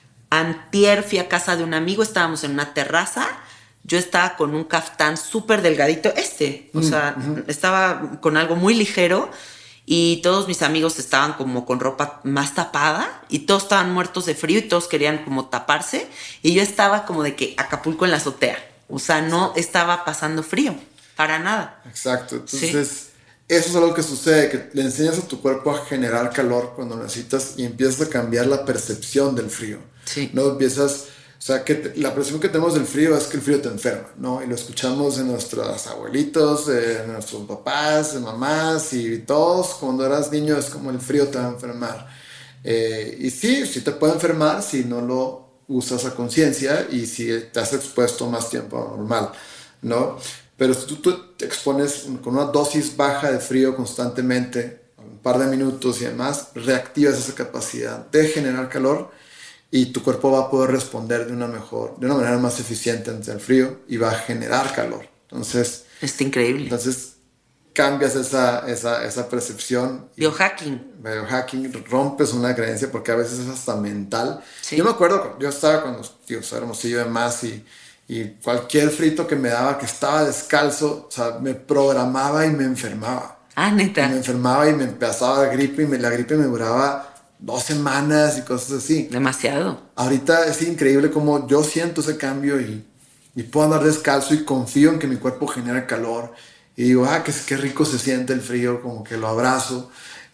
Antier fui a casa de un amigo. Estábamos en una terraza. Yo estaba con un caftán súper delgadito. Este. O sea, uh-huh. estaba con algo muy ligero. Y todos mis amigos estaban como con ropa más tapada y todos estaban muertos de frío y todos querían como taparse y yo estaba como de que Acapulco en la azotea, o sea, no estaba pasando frío, para nada. Exacto, entonces, sí. Eso es algo que sucede, que le enseñas a tu cuerpo a generar calor cuando necesitas y empiezas a cambiar la percepción del frío. Sí. No empiezas, o sea, que te, la percepción que tenemos del frío es que el frío te enferma, ¿no? Y lo escuchamos en nuestros abuelitos, en nuestros papás, en mamás y todos. Cuando eras niño es como el frío te va a enfermar. Eh, y sí, sí te puede enfermar si no lo usas a conciencia y si te has expuesto más tiempo a lo normal, ¿no? Pero si tú, tú te expones con una dosis baja de frío constantemente, un par de minutos y demás, reactivas esa capacidad de generar calor y tu cuerpo va a poder responder de una mejor, de una manera más eficiente ante el frío y va a generar calor. Entonces, está increíble. Entonces cambias esa, esa, esa percepción. Biohacking. Biohacking, rompes una creencia porque a veces es hasta mental. Sí. Yo me acuerdo, yo estaba cuando, tío, era hermosillo de más y Y cualquier frito que me daba, que estaba descalzo, o sea, me programaba y me enfermaba. Ah, neta. Y me enfermaba y me empezaba la gripe y me, la gripe me duraba dos semanas y cosas así. Demasiado. Ahorita es increíble como yo siento ese cambio y, y puedo andar descalzo y confío en que mi cuerpo genera calor. Y digo, ah, qué, qué rico se siente el frío, como que lo abrazo.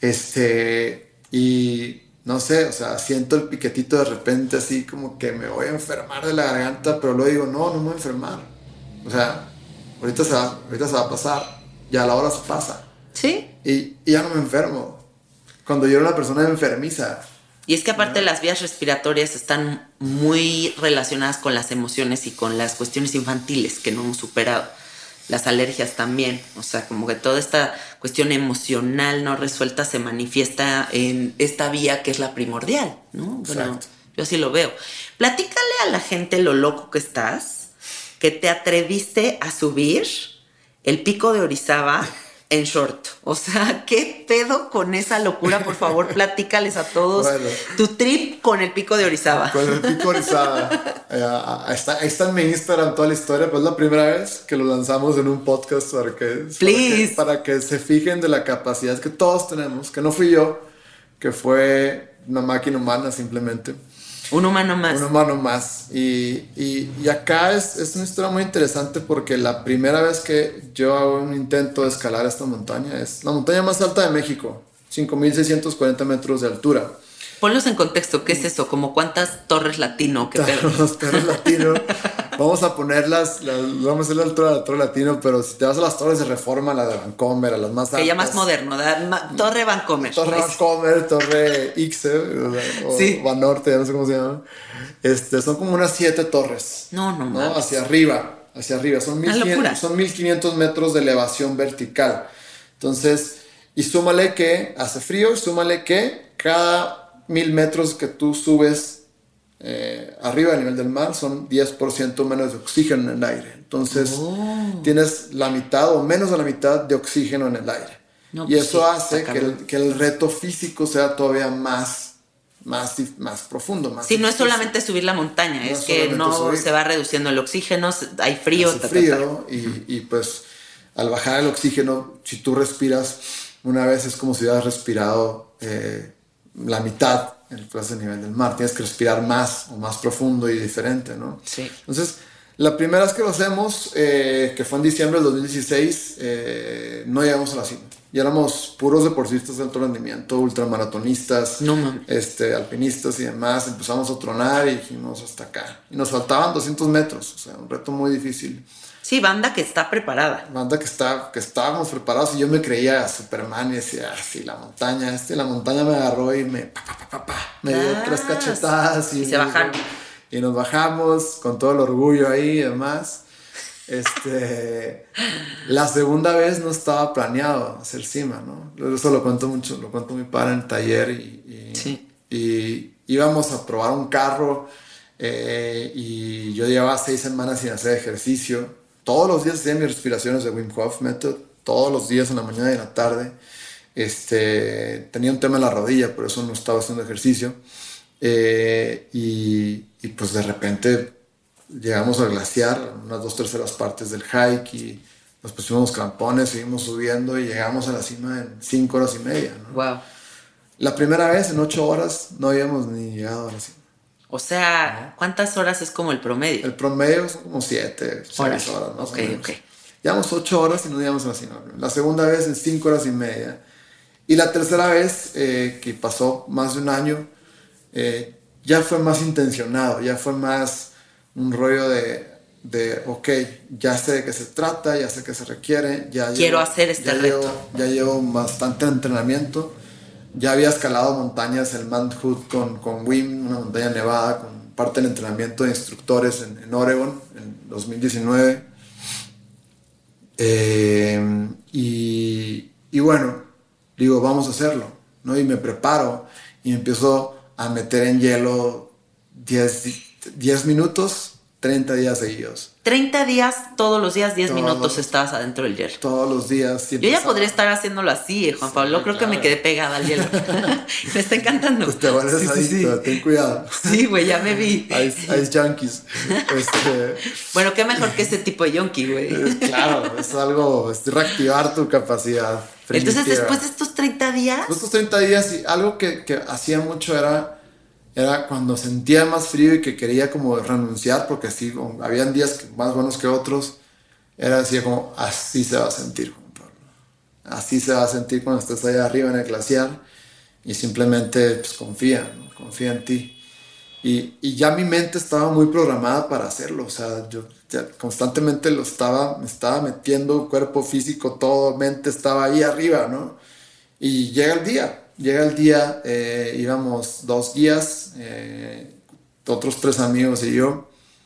Este, y... No sé, o sea, siento el piquetito de repente así como que me voy a enfermar de la garganta, pero luego digo, no, no me voy a enfermar. O sea, ahorita se va, ahorita se va a pasar, ya a la hora se pasa. Sí. Y, y ya no me enfermo. Cuando yo era una persona enfermiza. Y es que aparte, ¿no?, las vías respiratorias están muy relacionadas con las emociones y con las cuestiones infantiles que no hemos superado. Las alergias también, o sea, como que toda esta cuestión emocional no resuelta se manifiesta en esta vía que es la primordial, ¿no? Bueno, yo así lo veo. Platícale a la gente lo loco que estás, que te atreviste a subir el Pico de Orizaba en short. O sea, ¿qué pedo con esa locura? Por favor, platícales a todos bueno, tu trip con el Pico de Orizaba. Con el Pico de Orizaba. eh, ahí, está, ahí está en mi Instagram toda la historia, pues es la primera vez que lo lanzamos en un podcast para que, para que, para que se fijen de la capacidad que todos tenemos, que no fui yo, que fue una máquina humana simplemente. Un humano más. Un humano más. Y, y, y acá es, es una historia muy interesante porque la primera vez que yo hago un intento de escalar esta montaña es la montaña más alta de México, cinco mil seiscientos cuarenta metros de altura. Ponlos en contexto, ¿qué es eso? ¿Como cuántas torres latino? ¿Qué Los torres latino. Vamos a ponerlas, las, vamos a hacer la altura de la torre latino, pero si te vas a las torres de Reforma, la de Vancomer, a las más altas. Que ya más moderno, ¿da? Torre Vancomer. Torre Vancomer, Torre Ixe, o, sí. o Banorte, ya no sé cómo se llama. Este, son como unas siete torres. No, no, no. Hacia arriba, hacia arriba. Son mil quinientos metros de elevación vertical. Entonces, y súmale que hace frío, súmale que cada mil metros que tú subes eh, arriba del nivel del mar son diez por ciento menos de oxígeno en el aire. Entonces oh. tienes la mitad o menos de la mitad de oxígeno en el aire. No, y pues eso sí, hace que el, que el reto físico sea todavía más, más, más profundo. Más sí, difícil. No es solamente subir la montaña, no es, es que no subir. Se va reduciendo el oxígeno, hay frío. Hace frío ta, ta, ta. Y, y pues al bajar el oxígeno, si tú respiras una vez es como si hubieras respirado eh, la mitad en el clase de nivel del mar. Tienes que respirar más o más profundo y diferente, ¿no? Sí. Entonces, la primera vez que lo hacemos, eh, que fue en diciembre del dos mil dieciséis, eh, no llegamos a la cima. Y éramos puros deportistas de alto rendimiento, ultramaratonistas, no, este, alpinistas y demás. Empezamos a tronar y dijimos hasta acá. Y nos faltaban doscientos metros, o sea, un reto muy difícil. Sí, banda que está preparada. Banda que, está, que estábamos preparados y yo me creía Superman y decía, ah, sí, la montaña, este, la montaña me agarró y me, pa, pa, pa, pa, me dio ah, tres cachetadas. Y, y se bajaron. Y nos bajamos con todo el orgullo ahí y demás. Este, la segunda vez no estaba planeado hacer cima, ¿no? Eso lo cuento mucho, lo cuento muy padre en el taller y, y, sí. y íbamos a probar un carro eh, y yo llevaba seis semanas sin hacer ejercicio. Todos los días hacía mis respiraciones de Wim Hof Method, todos los días en la mañana y en la tarde. Este, tenía un tema en la rodilla, por eso no estaba haciendo ejercicio. Eh, y, y pues de repente llegamos al glaciar, unas dos terceras partes del hike, y nos pusimos crampones, seguimos subiendo y llegamos a la cima en cinco horas y media, ¿no? Wow. La primera vez en ocho horas no habíamos ni llegado a la cima. O sea, ¿cuántas horas es como el promedio? El promedio son como siete, horas. seis horas más okay, o menos. Okay. Llevamos ocho horas y no íbamos al sinónimo. La segunda vez en cinco horas y media. Y la tercera vez, eh, que pasó más de un año, eh, ya fue más intencionado, ya fue más un rollo de, de, ok, ya sé de qué se trata, ya sé qué se requiere. Ya Quiero llevo, hacer este ya reto. Llevo, ya llevo bastante entrenamiento. Ya había escalado montañas, el Mount Hood con, con Wim, una montaña nevada, con parte del entrenamiento de instructores en, en Oregon en dos mil diecinueve. Eh, y, y bueno, digo, vamos a hacerlo, ¿no? Y me preparo y me empiezo a meter en hielo diez minutos, treinta días seguidos. treinta días, todos los días, diez Todos minutos los- estabas adentro del hielo. Todos los días. Yo ya podría estar haciéndolo así, eh, Juan Sí, Pablo. Creo claro. que me quedé pegada al hielo. Me está encantando. Pues te vuelves Sí, sí, sí. adicto, ten cuidado. Sí, güey, ya me vi. Ice, ice junkies. Este, Bueno, qué mejor que ese tipo de yonki, güey. es, claro, es algo, es reactivar tu capacidad. Entonces, primitiva. después de estos treinta días, Estos treinta días, y algo que, que hacía mucho era, era cuando sentía más frío y que quería como renunciar, porque sí, como, habían días que- más buenos que otros, era así como, así se va a sentir, Juan Pablo. Así se va a sentir cuando estés allá arriba en el glaciar y simplemente pues, confía, ¿no? Confía en ti. Y, y ya mi mente estaba muy programada para hacerlo, o sea, yo ya constantemente lo estaba, me estaba metiendo, cuerpo físico, todo, mente estaba ahí arriba, ¿no? Y llega el día, llega el día, eh, íbamos dos guías, eh, otros tres amigos y yo,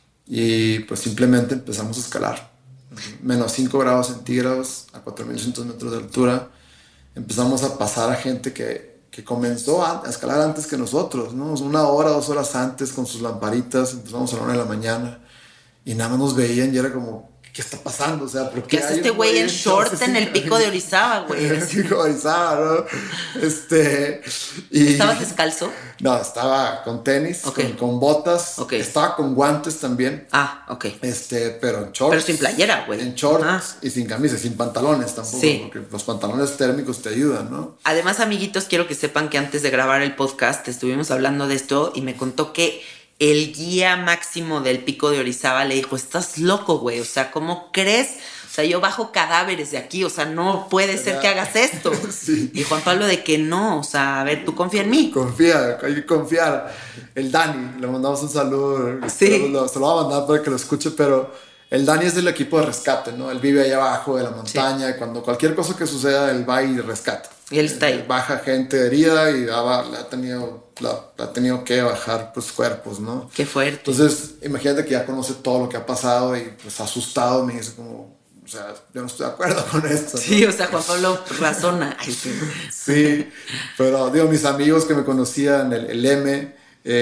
y pues simplemente empezamos a escalar. Menos cinco grados centígrados a cuatro mil ochocientos metros de altura. Empezamos a pasar a gente que, que comenzó a, a escalar antes que nosotros, ¿no? Una hora, dos horas antes con sus lamparitas. Empezamos a la una de la mañana y nada más nos veían y era como, ¿qué está pasando? O sea, ¿por ¿qué qué hace hay este un güey en en short en el pico de Orizaba, güey? En el pico de Orizaba, ¿no? Este, y, ¿Estabas descalzo? No, estaba con tenis, Ok. con, con botas, Ok. estaba con guantes también, Ah, ok. este, pero en shorts. Pero sin playera, güey. En shorts Ajá. y sin camisa, sin pantalones tampoco, Sí. porque los pantalones térmicos te ayudan, ¿no? Además, amiguitos, quiero que sepan que antes de grabar el podcast estuvimos hablando de esto y me contó que el guía máximo del pico de Orizaba le dijo, estás loco, güey, o sea, ¿cómo crees? O sea, yo bajo cadáveres de aquí, o sea, no puede ser que hagas esto. Sí. Y Juan Pablo de que no, o sea, a ver, tú confía en mí. Confía, hay que confiar. El Dani, le mandamos un saludo. Sí. Lo- se lo va a mandar para que lo escuche, pero el Dani es del equipo de rescate, ¿no? Él vive ahí abajo de la montaña y cuando cualquier cosa que suceda, él va y rescata. Y él está ahí. Eh, Baja gente herida y daba- le ha tenido, la- ha tenido que bajar pues, cuerpos, ¿no? Qué fuerte. Entonces, imagínate que ya conoce todo lo que ha pasado y pues asustado me dice como, o sea, yo no estoy de acuerdo con esto, ¿no? Sí, o sea, Juan Pablo razona. Ay, sí. Sí, pero digo, mis amigos que me conocían, el, el M,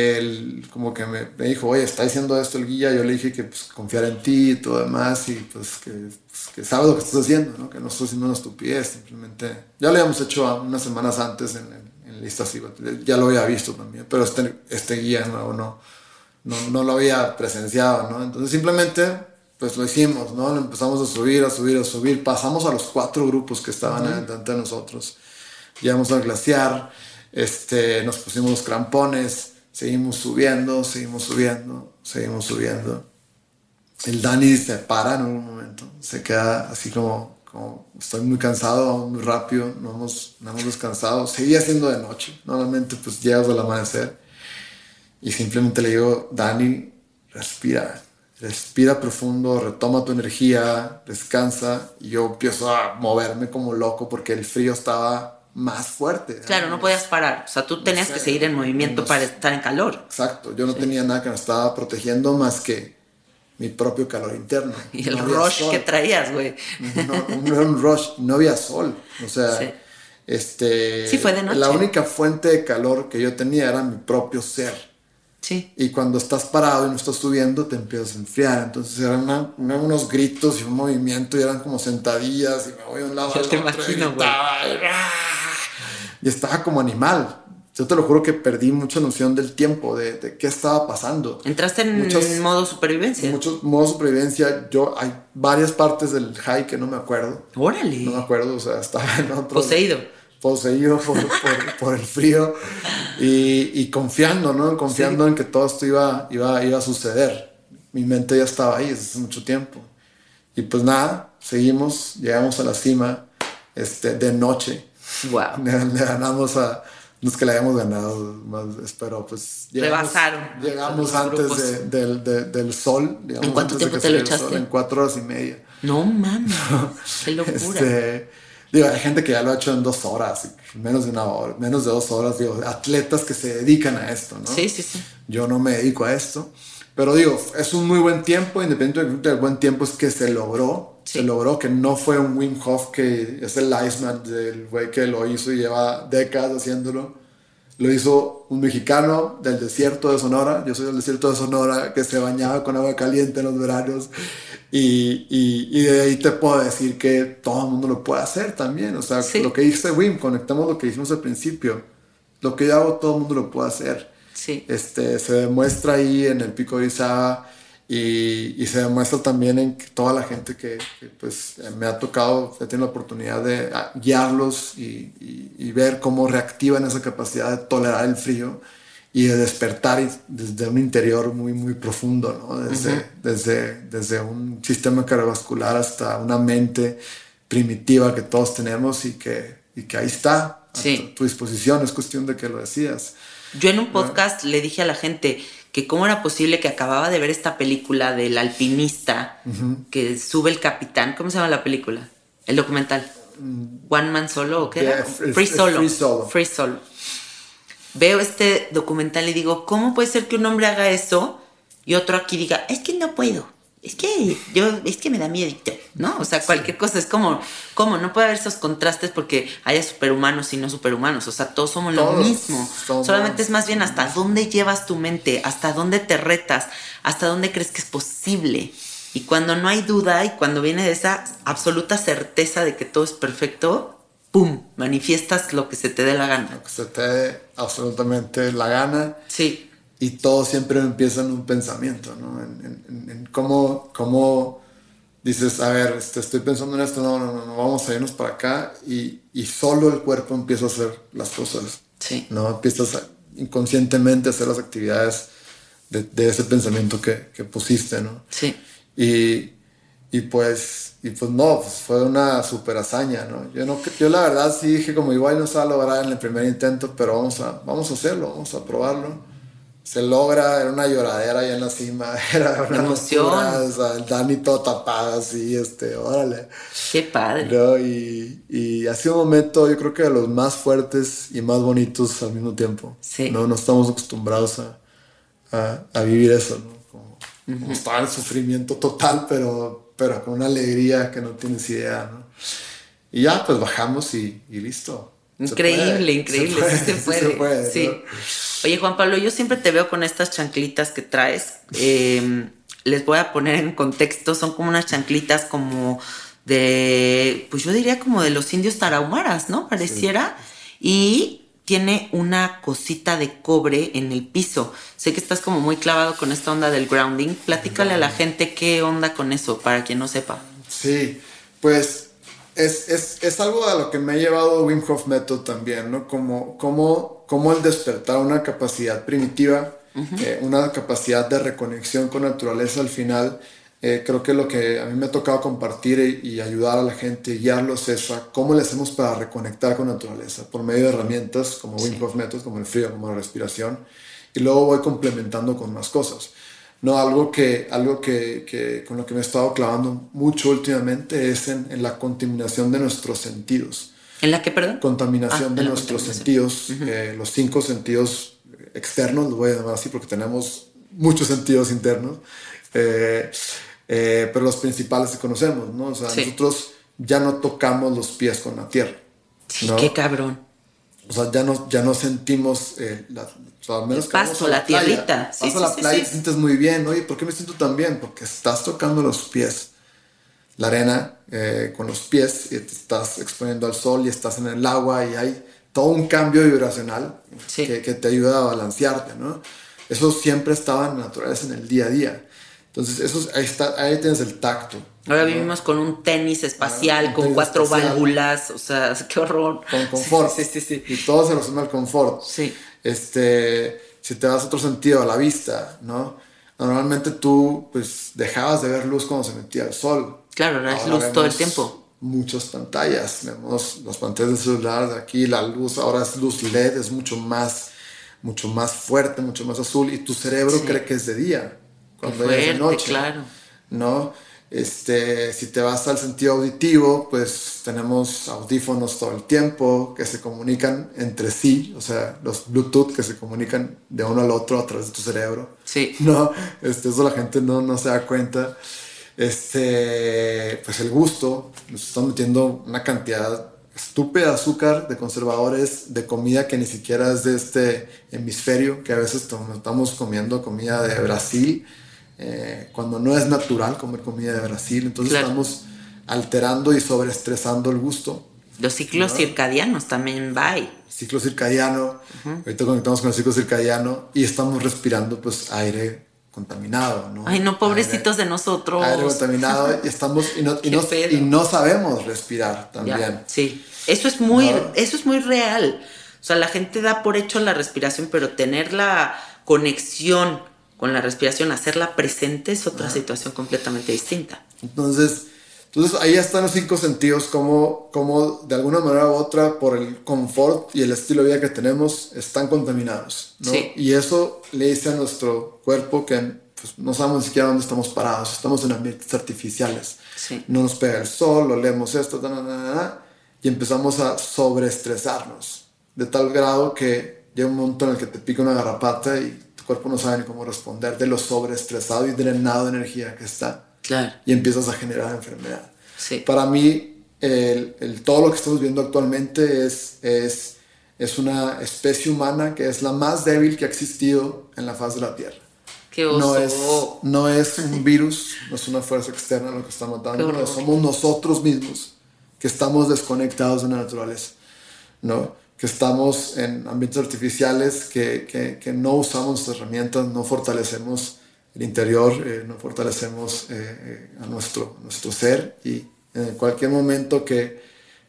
él como que me, me dijo, oye, está diciendo esto el guía, yo le dije que pues confiar en ti y todo demás y pues que, pues, que sabes lo que estás haciendo, ¿no? Que no estoy haciendo una estupidez, simplemente, ya lo habíamos hecho a- unas semanas antes en, en, en listas, y ya lo había visto también, pero este, este guía nuevo no, no, no lo había presenciado, ¿no? Entonces simplemente pues lo hicimos, ¿no? Lo empezamos a subir, a subir, a subir, pasamos a los cuatro grupos que estaban uh-huh. delante de nosotros, llegamos al glaciar, este, nos pusimos los crampones, seguimos subiendo, seguimos subiendo, seguimos subiendo. El Dani se para en un momento, se queda así como, como estoy muy cansado, vamos muy rápido, no hemos, no hemos descansado. Seguía siendo de noche, normalmente pues llegas al amanecer y simplemente le digo, Dani, respira, respira profundo, retoma tu energía, descansa. Y yo empiezo a moverme como loco porque el frío estaba más fuerte. Claro, no podías parar. O sea, tú tenías no sé, que seguir en movimiento no para estar en calor. Exacto, yo no sí. tenía nada que me estaba protegiendo más que mi propio calor interno. Y el no rush sol. que traías, güey. No, no era un rush, no había sol. O sea, sí. este, sí, fue de noche. La única fuente de calor que yo tenía era mi propio ser. Sí. Y cuando estás parado y no estás subiendo, te empiezas a enfriar. Entonces eran una, una, unos gritos y un movimiento y eran como sentadillas y me voy a un lado yo al te otro imagino, y, güey. Y estaba como animal. Yo te lo juro que perdí mucha noción del tiempo, de, de qué estaba pasando. ¿Entraste en Muchos, modo supervivencia? En muchos modo supervivencia. Yo, hay varias partes del hike que no me acuerdo. ¡Órale! No me acuerdo, o sea, estaba en otro... Poseído. Poseído por, por, por el frío y, y confiando, ¿no? Confiando sí. en que todo esto iba, iba, iba a suceder. Mi mente ya estaba ahí desde hace mucho tiempo. Y pues nada, seguimos, llegamos a la cima este, de noche. Wow. Le, le ganamos a... No es que le hayamos ganado, más, pero pues... Llegamos, rebasaron. Llegamos antes de, de, de, del sol. ¿En cuánto tiempo te lo echaste? Sol, en cuatro horas y media. No mames, qué locura. Este, digo, hay gente que ya lo ha hecho en dos horas, menos de una hora, menos de dos horas. Digo, atletas que se dedican a esto, ¿no? Sí, sí, sí. Yo no me dedico a esto. Pero digo, es un muy buen tiempo, independientemente del buen tiempo, es que se logró. Sí. Se logró, que no fue un Wim Hof que es el Iceman, del güey que lo hizo y lleva décadas haciéndolo. Lo hizo un mexicano del desierto de Sonora. Yo soy del desierto de Sonora, que se bañaba con agua caliente en los veranos. Y, y, y de ahí te puedo decir que todo el mundo lo puede hacer también. O sea, sí. Lo que dice Wim, conectamos lo que dijimos al principio. Lo que yo hago, todo el mundo lo puede hacer. Sí. Este, se demuestra ahí en el Pico de Orizaba y, y se demuestra también en toda la gente que, que pues, me ha tocado, he tenido la oportunidad de guiarlos y, y, y ver cómo reactivan esa capacidad de tolerar el frío y de despertar desde un interior muy, muy profundo, ¿no? Desde, uh-huh. desde, desde un sistema cardiovascular hasta una mente primitiva que todos tenemos y que, y que ahí está, sí. a tu, tu disposición. Es cuestión de que lo decidas. Yo en un podcast le dije a la gente que cómo era posible que acababa de ver esta película del alpinista uh-huh. que sube el capitán. ¿Cómo se llama la película? El documental. Mm. ¿One Man Solo o qué yeah, era? Free, free, solo. free Solo. Free Solo. Veo este documental y digo, ¿cómo puede ser que un hombre haga eso y otro aquí diga, es que no puedo? Es que yo, es que me da miedito, ¿no? O sea, cualquier sí. cosa es como, ¿cómo? No puede haber esos contrastes porque haya superhumanos y no superhumanos. O sea, todos somos todos lo mismo. Somos... Solamente es más bien hasta dónde llevas tu mente, hasta dónde te retas, hasta dónde crees que es posible. Y cuando no hay duda y cuando viene de esa absoluta certeza de que todo es perfecto, ¡pum! Manifiestas lo que se te dé la gana. Lo que se te dé absolutamente la gana. Sí. Y todo siempre empieza en un pensamiento, ¿no? En, en, en cómo, cómo dices, a ver, este, estoy pensando en esto, no, no, no, no, vamos a irnos para acá. Y, y solo el cuerpo empieza a hacer las cosas. Sí. ¿No? Empiezas a, inconscientemente a hacer las actividades de, de ese pensamiento que, que pusiste, ¿no? Sí. Y, y pues, y pues no, pues fue una super hazaña, ¿no? Yo, no, yo la verdad sí dije como igual no se va a lograr en el primer intento, pero vamos a, vamos a hacerlo, vamos a probarlo. Se logra, era una lloradera ahí en la cima, era una emoción. Locura, o sea, el Dani todo tapado así, este, órale. Qué padre. ¿No? Y, y ha sido un momento, yo creo que de los más fuertes y más bonitos al mismo tiempo. Sí. No, no estamos acostumbrados a, a, a vivir eso, ¿no? Como, uh-huh. como estar en sufrimiento total, pero, pero con una alegría que no tienes idea, ¿no? Y ya, pues bajamos y, y listo. Increíble, increíble, se puede, sí se puede. Sí, se puede, sí. ¿no? Oye, Juan Pablo, yo siempre te veo con estas chanclitas que traes. Eh, les voy a poner en contexto, son como unas chanclitas como de, pues yo diría como de los indios tarahumaras, ¿no? Pareciera. Sí. Y tiene una cosita de cobre en el piso. Sé que estás como muy clavado con esta onda del grounding. Platícale a la gente qué onda con eso, para quien no sepa. Sí, pues... Es, es, es algo a lo que me ha llevado Wim Hof Method también, ¿no? Como, como, como el despertar una capacidad primitiva, uh-huh. eh, una capacidad de reconexión con la naturaleza al final. Eh, creo que lo que a mí me ha tocado compartir y, y ayudar a la gente, guiarlos es a cómo le hacemos para reconectar con la naturaleza por medio de herramientas como Wim sí. Hof Method, como el frío, como la respiración. Y luego voy complementando con más cosas. No, algo que, algo que, que con lo que me he estado clavando mucho últimamente es en, en la contaminación de nuestros sentidos. ¿En la qué, perdón? Contaminación ah, de nuestros sentidos, uh-huh. eh, los cinco sentidos externos, los voy a llamar así porque tenemos muchos sentidos internos, eh, eh, pero los principales que conocemos, ¿no? O sea, sí. nosotros ya no tocamos los pies con la tierra. Sí, ¿no? Qué cabrón. O sea, ya no, ya no sentimos eh, la, o sea, al menos el pasto, la, la tierrita. Sí, vas sí, a la sí, playa sí. y te sientes muy bien. Oye, ¿por qué me siento tan bien? Porque estás tocando los pies, la arena eh, con los pies, y te estás exponiendo al sol y estás en el agua y hay todo un cambio vibracional sí. que, que te ayuda a balancearte, ¿no? Eso siempre estaba en la naturaleza, en el día a día. Entonces, eso, ahí, está, ahí tienes el tacto. Ahora ¿no? vivimos con un tenis espacial, ah, con tenis cuatro espacial. válvulas, o sea, qué horror. Con confort. Sí, sí, sí, sí. Y todo se resume al confort. Sí. Este, si te das otro sentido a la vista, ¿no? Normalmente tú pues dejabas de ver luz cuando se metía el sol. Claro, ahora es luz todo el tiempo. Muchas pantallas, vemos las pantallas del celular de aquí, la luz ahora es luz L E D, es mucho más, mucho más fuerte, mucho más azul, y tu cerebro sí. cree que es de día, cuando fuerte, es de noche, claro. ¿no? Este, si te vas al sentido auditivo, pues tenemos audífonos todo el tiempo que se comunican entre sí, o sea, los Bluetooth que se comunican de uno al otro a través de tu cerebro. Sí. No, este, eso la gente no, no se da cuenta. Este, pues el gusto, nos están metiendo una cantidad estúpida de azúcar, de conservadores, de comida que ni siquiera es de este hemisferio, que a veces estamos comiendo comida de Brasil, eh, cuando no es natural comer comida de Brasil, entonces claro. estamos alterando y sobreestresando el gusto. Los ciclos ¿no? circadianos también va. Ciclo circadiano, uh-huh. ahorita conectamos con el ciclo circadiano y estamos respirando pues aire contaminado, ¿no? Ay, no, pobrecitos aire, de nosotros. Aire contaminado y estamos y no, y no, y no sabemos respirar también. Ya, sí, eso es muy, ¿no? eso es muy real. O sea, la gente da por hecho la respiración, pero tener la conexión con la respiración, hacerla presente es otra ah. situación completamente distinta. Entonces, entonces ahí están los cinco sentidos, como, como de alguna manera u otra, por el confort y el estilo de vida que tenemos, están contaminados, ¿no? Sí. Y eso le dice a nuestro cuerpo que pues, no sabemos ni siquiera dónde estamos parados, estamos en ambientes artificiales. Sí. No nos pega el sol, olemos esto, ta, ta, ta, ta, y empezamos a sobreestresarnos, de tal grado que llega un momento en el que te pica una garrapata y tu cuerpo no sabe ni cómo responder de lo sobreestresado y drenado de energía que está. Claro. Y empiezas a generar enfermedad. Sí. Para mí, el, el, todo lo que estamos viendo actualmente es, es, es una especie humana que es la más débil que ha existido en la faz de la Tierra. ¡Qué oso! No es, no es un virus, no es una fuerza externa lo que está matando, no, somos nosotros mismos que estamos desconectados de la naturaleza, ¿no? Que estamos en ambientes artificiales, que, que, que no usamos nuestras herramientas, no fortalecemos el interior, eh, no fortalecemos eh, eh, a nuestro, nuestro ser, y en cualquier momento que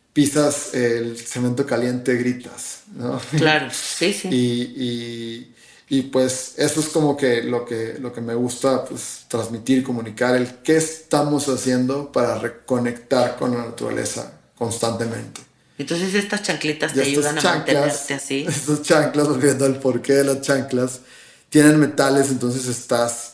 pisas el cemento caliente gritas, ¿no? Claro, sí, sí. Y, y, y pues eso es como que lo que, lo que me gusta pues, transmitir, comunicar, el qué estamos haciendo para reconectar con la naturaleza constantemente. Entonces estas chancletas te y ayudan chanclas, a mantenerte así. Estas chanclas, volviendo al porqué de las chanclas, tienen metales, entonces estás...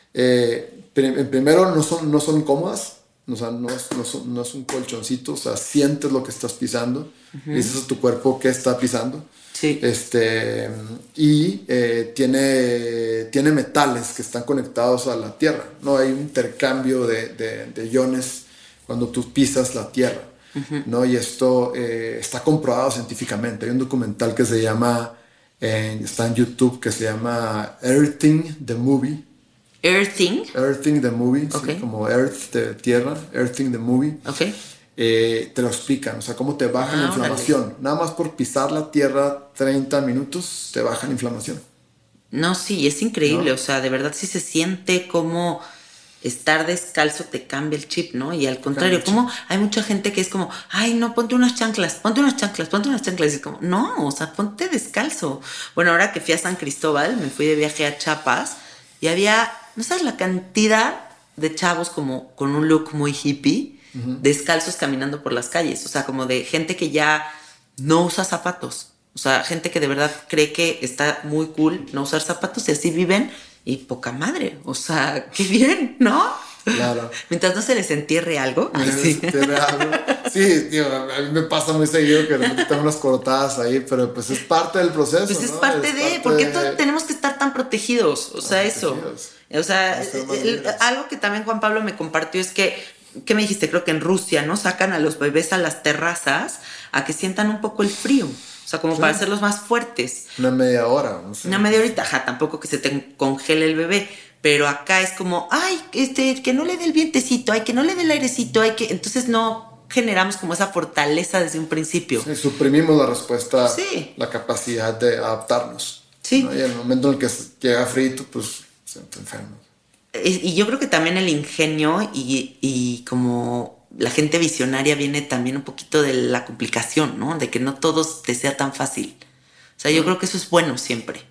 Eh, primero no son, no son cómodas, o sea, no es, no, son, no es un colchoncito, o sea, sientes lo que estás pisando, uh-huh. y dices a tu cuerpo qué está pisando. Sí. Este, y eh, tiene, tiene metales que están conectados a la tierra, ¿no? Hay un intercambio de, de, de iones cuando tú pisas la tierra, uh-huh. ¿no? Y esto eh, está comprobado científicamente. Hay un documental que se llama, eh, está en YouTube, que se llama Earthing the Movie. Earthing. Earthing the Movie, okay. sí, como Earth de tierra, Earthing the Movie. Okay. Eh, te lo explican, o sea, cómo te baja ah, la inflamación. Dale. Nada más por pisar la tierra treinta minutos te baja la inflamación. No, sí, es increíble, ¿no? O sea, de verdad sí se siente como estar descalzo te cambia el chip, ¿no? Y al contrario, como hay mucha gente que es como, ay, no, ponte unas chanclas, ponte unas chanclas, ponte unas chanclas. Y es como, no, o sea, ponte descalzo. Bueno, ahora que fui a San Cristóbal, me fui de viaje a Chiapas y había... ¿No sabes la cantidad de chavos como con un look muy hippie, uh-huh. descalzos caminando por las calles? O sea, como de gente que ya no usa zapatos. O sea, gente que de verdad cree que está muy cool no usar zapatos y así viven y poca madre. O sea, qué bien, ¿no? Claro. Mientras no se les entierre algo. Ay, sí. algo. Sí, tío, a mí me pasa muy seguido que tengo unas cortadas ahí, pero pues es parte del proceso. Pues es ¿no? parte es de, parte ¿por qué de... tenemos que estar tan protegidos? O sea, eso. O sea, el, algo que también Juan Pablo me compartió es que, ¿qué me dijiste? Creo que en Rusia, ¿no? Sacan a los bebés a las terrazas a que sientan un poco el frío. O sea, como sí. para hacerlos más fuertes. Una media hora. No sé. Una media horita, ajá, tampoco que se te congele el bebé. Pero acá es como, ay, este, que no le dé el vientecito, ay, que no le dé el airecito, ay, que... Entonces no generamos como esa fortaleza desde un principio. Sí, suprimimos la respuesta, sí. la capacidad de adaptarnos. Sí. ¿no? Y en el momento en el que llega frito, pues se te enferma. Y yo creo que también el ingenio y, y como la gente visionaria viene también un poquito de la complicación, ¿no? De que no todo te sea tan fácil. O sea, yo mm. creo que eso es bueno siempre.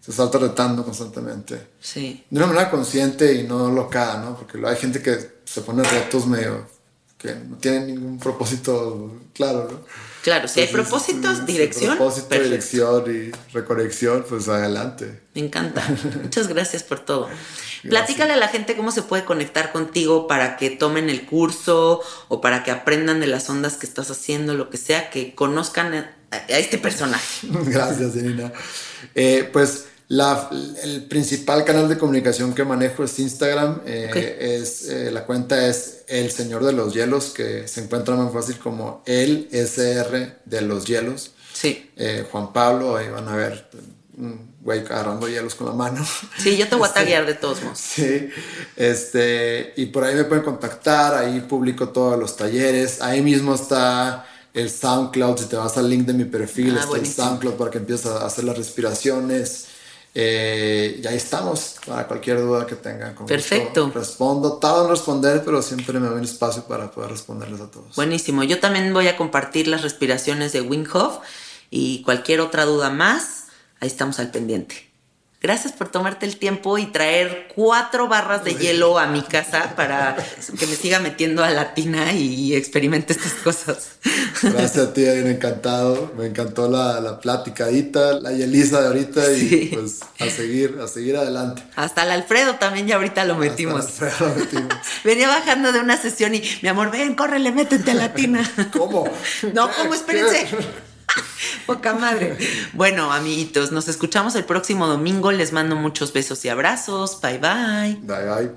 te estás retando constantemente. Sí. De una manera consciente y no locada, ¿no? Porque hay gente que se pone retos medio que no tienen ningún propósito claro, ¿no? Claro, si hay Entonces, propósitos, sí, dirección, propósito, perfecto. dirección y reconexión, pues adelante. Me encanta. Muchas gracias por todo. Platícale a la gente cómo se puede conectar contigo para que tomen el curso o para que aprendan de las ondas que estás haciendo, lo que sea, que conozcan a, a este personaje. Gracias, Irina. Eh, pues la, el principal canal de comunicación que manejo es Instagram. Eh, Okay. es, eh, la cuenta es El Señor de los Hielos, que se encuentra muy fácil como el S R de los Hielos. Sí. Eh, Juan Pablo, ahí van a ver un güey agarrando hielos con la mano. Sí, yo te voy a Este, taguear de todos modos. Sí, este, y por ahí me pueden contactar, ahí publico todos los talleres, ahí mismo está el SoundCloud, si te vas al link de mi perfil, Ah, está buenísimo. el SoundCloud para que empieces a hacer las respiraciones, eh, y ahí estamos, para cualquier duda que tengan. Con Perfecto. gusto respondo, tardo en responder, pero siempre me doy un espacio para poder responderles a todos. Buenísimo. Yo también voy a compartir las respiraciones de Wim Hof y cualquier otra duda más, ahí estamos al pendiente. Gracias por tomarte el tiempo y traer cuatro barras de hielo a mi casa para que me siga metiendo a la tina y experimente estas cosas. Gracias a ti, Irene, encantado. Me encantó la, la platicadita, la hielisa de ahorita Sí. y pues a seguir, a seguir adelante. Hasta el Alfredo también ya ahorita lo metimos. Hasta Alfredo lo metimos. Venía bajando de una sesión y, mi amor, ven, córrele, métete a la tina. ¿Cómo? No, ¿Qué? ¿cómo? Espérense. ¿Qué? Poca madre. Bueno, amiguitos, nos escuchamos el próximo domingo. Les mando muchos besos y abrazos. Bye, bye. Bye, bye.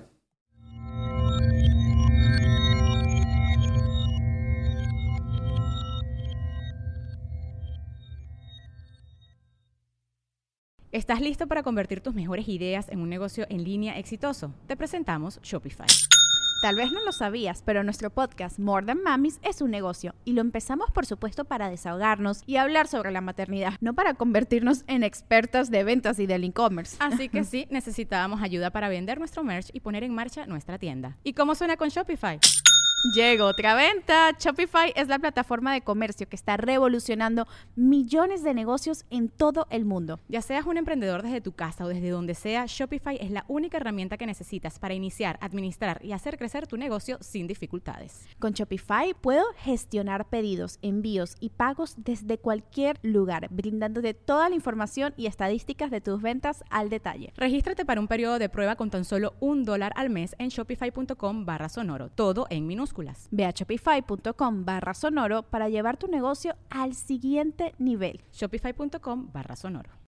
¿Estás listo para convertir tus mejores ideas en un negocio en línea exitoso? Te presentamos Shopify. Tal vez no lo sabías, pero nuestro podcast More Than Mamis es un negocio y lo empezamos por supuesto para desahogarnos y hablar sobre la maternidad, no para convertirnos en expertas de ventas y del e-commerce. Así que sí, necesitábamos ayuda para vender nuestro merch y poner en marcha nuestra tienda. ¿Y cómo suena con Shopify? Llegó otra venta. Shopify es la plataforma de comercio que está revolucionando millones de negocios en todo el mundo. Ya seas un emprendedor desde tu casa o desde donde sea, Shopify es la única herramienta que necesitas para iniciar, administrar y hacer crecer tu negocio sin dificultades. Con Shopify puedo gestionar pedidos, envíos y pagos desde cualquier lugar, brindándote toda la información y estadísticas de tus ventas al detalle. Regístrate para un periodo de prueba con tan solo un dólar al mes en shopify.com barra sonoro, todo en minúsculas. Ve a shopify.com barra sonoro para llevar tu negocio al siguiente nivel. Shopify.com barra sonoro.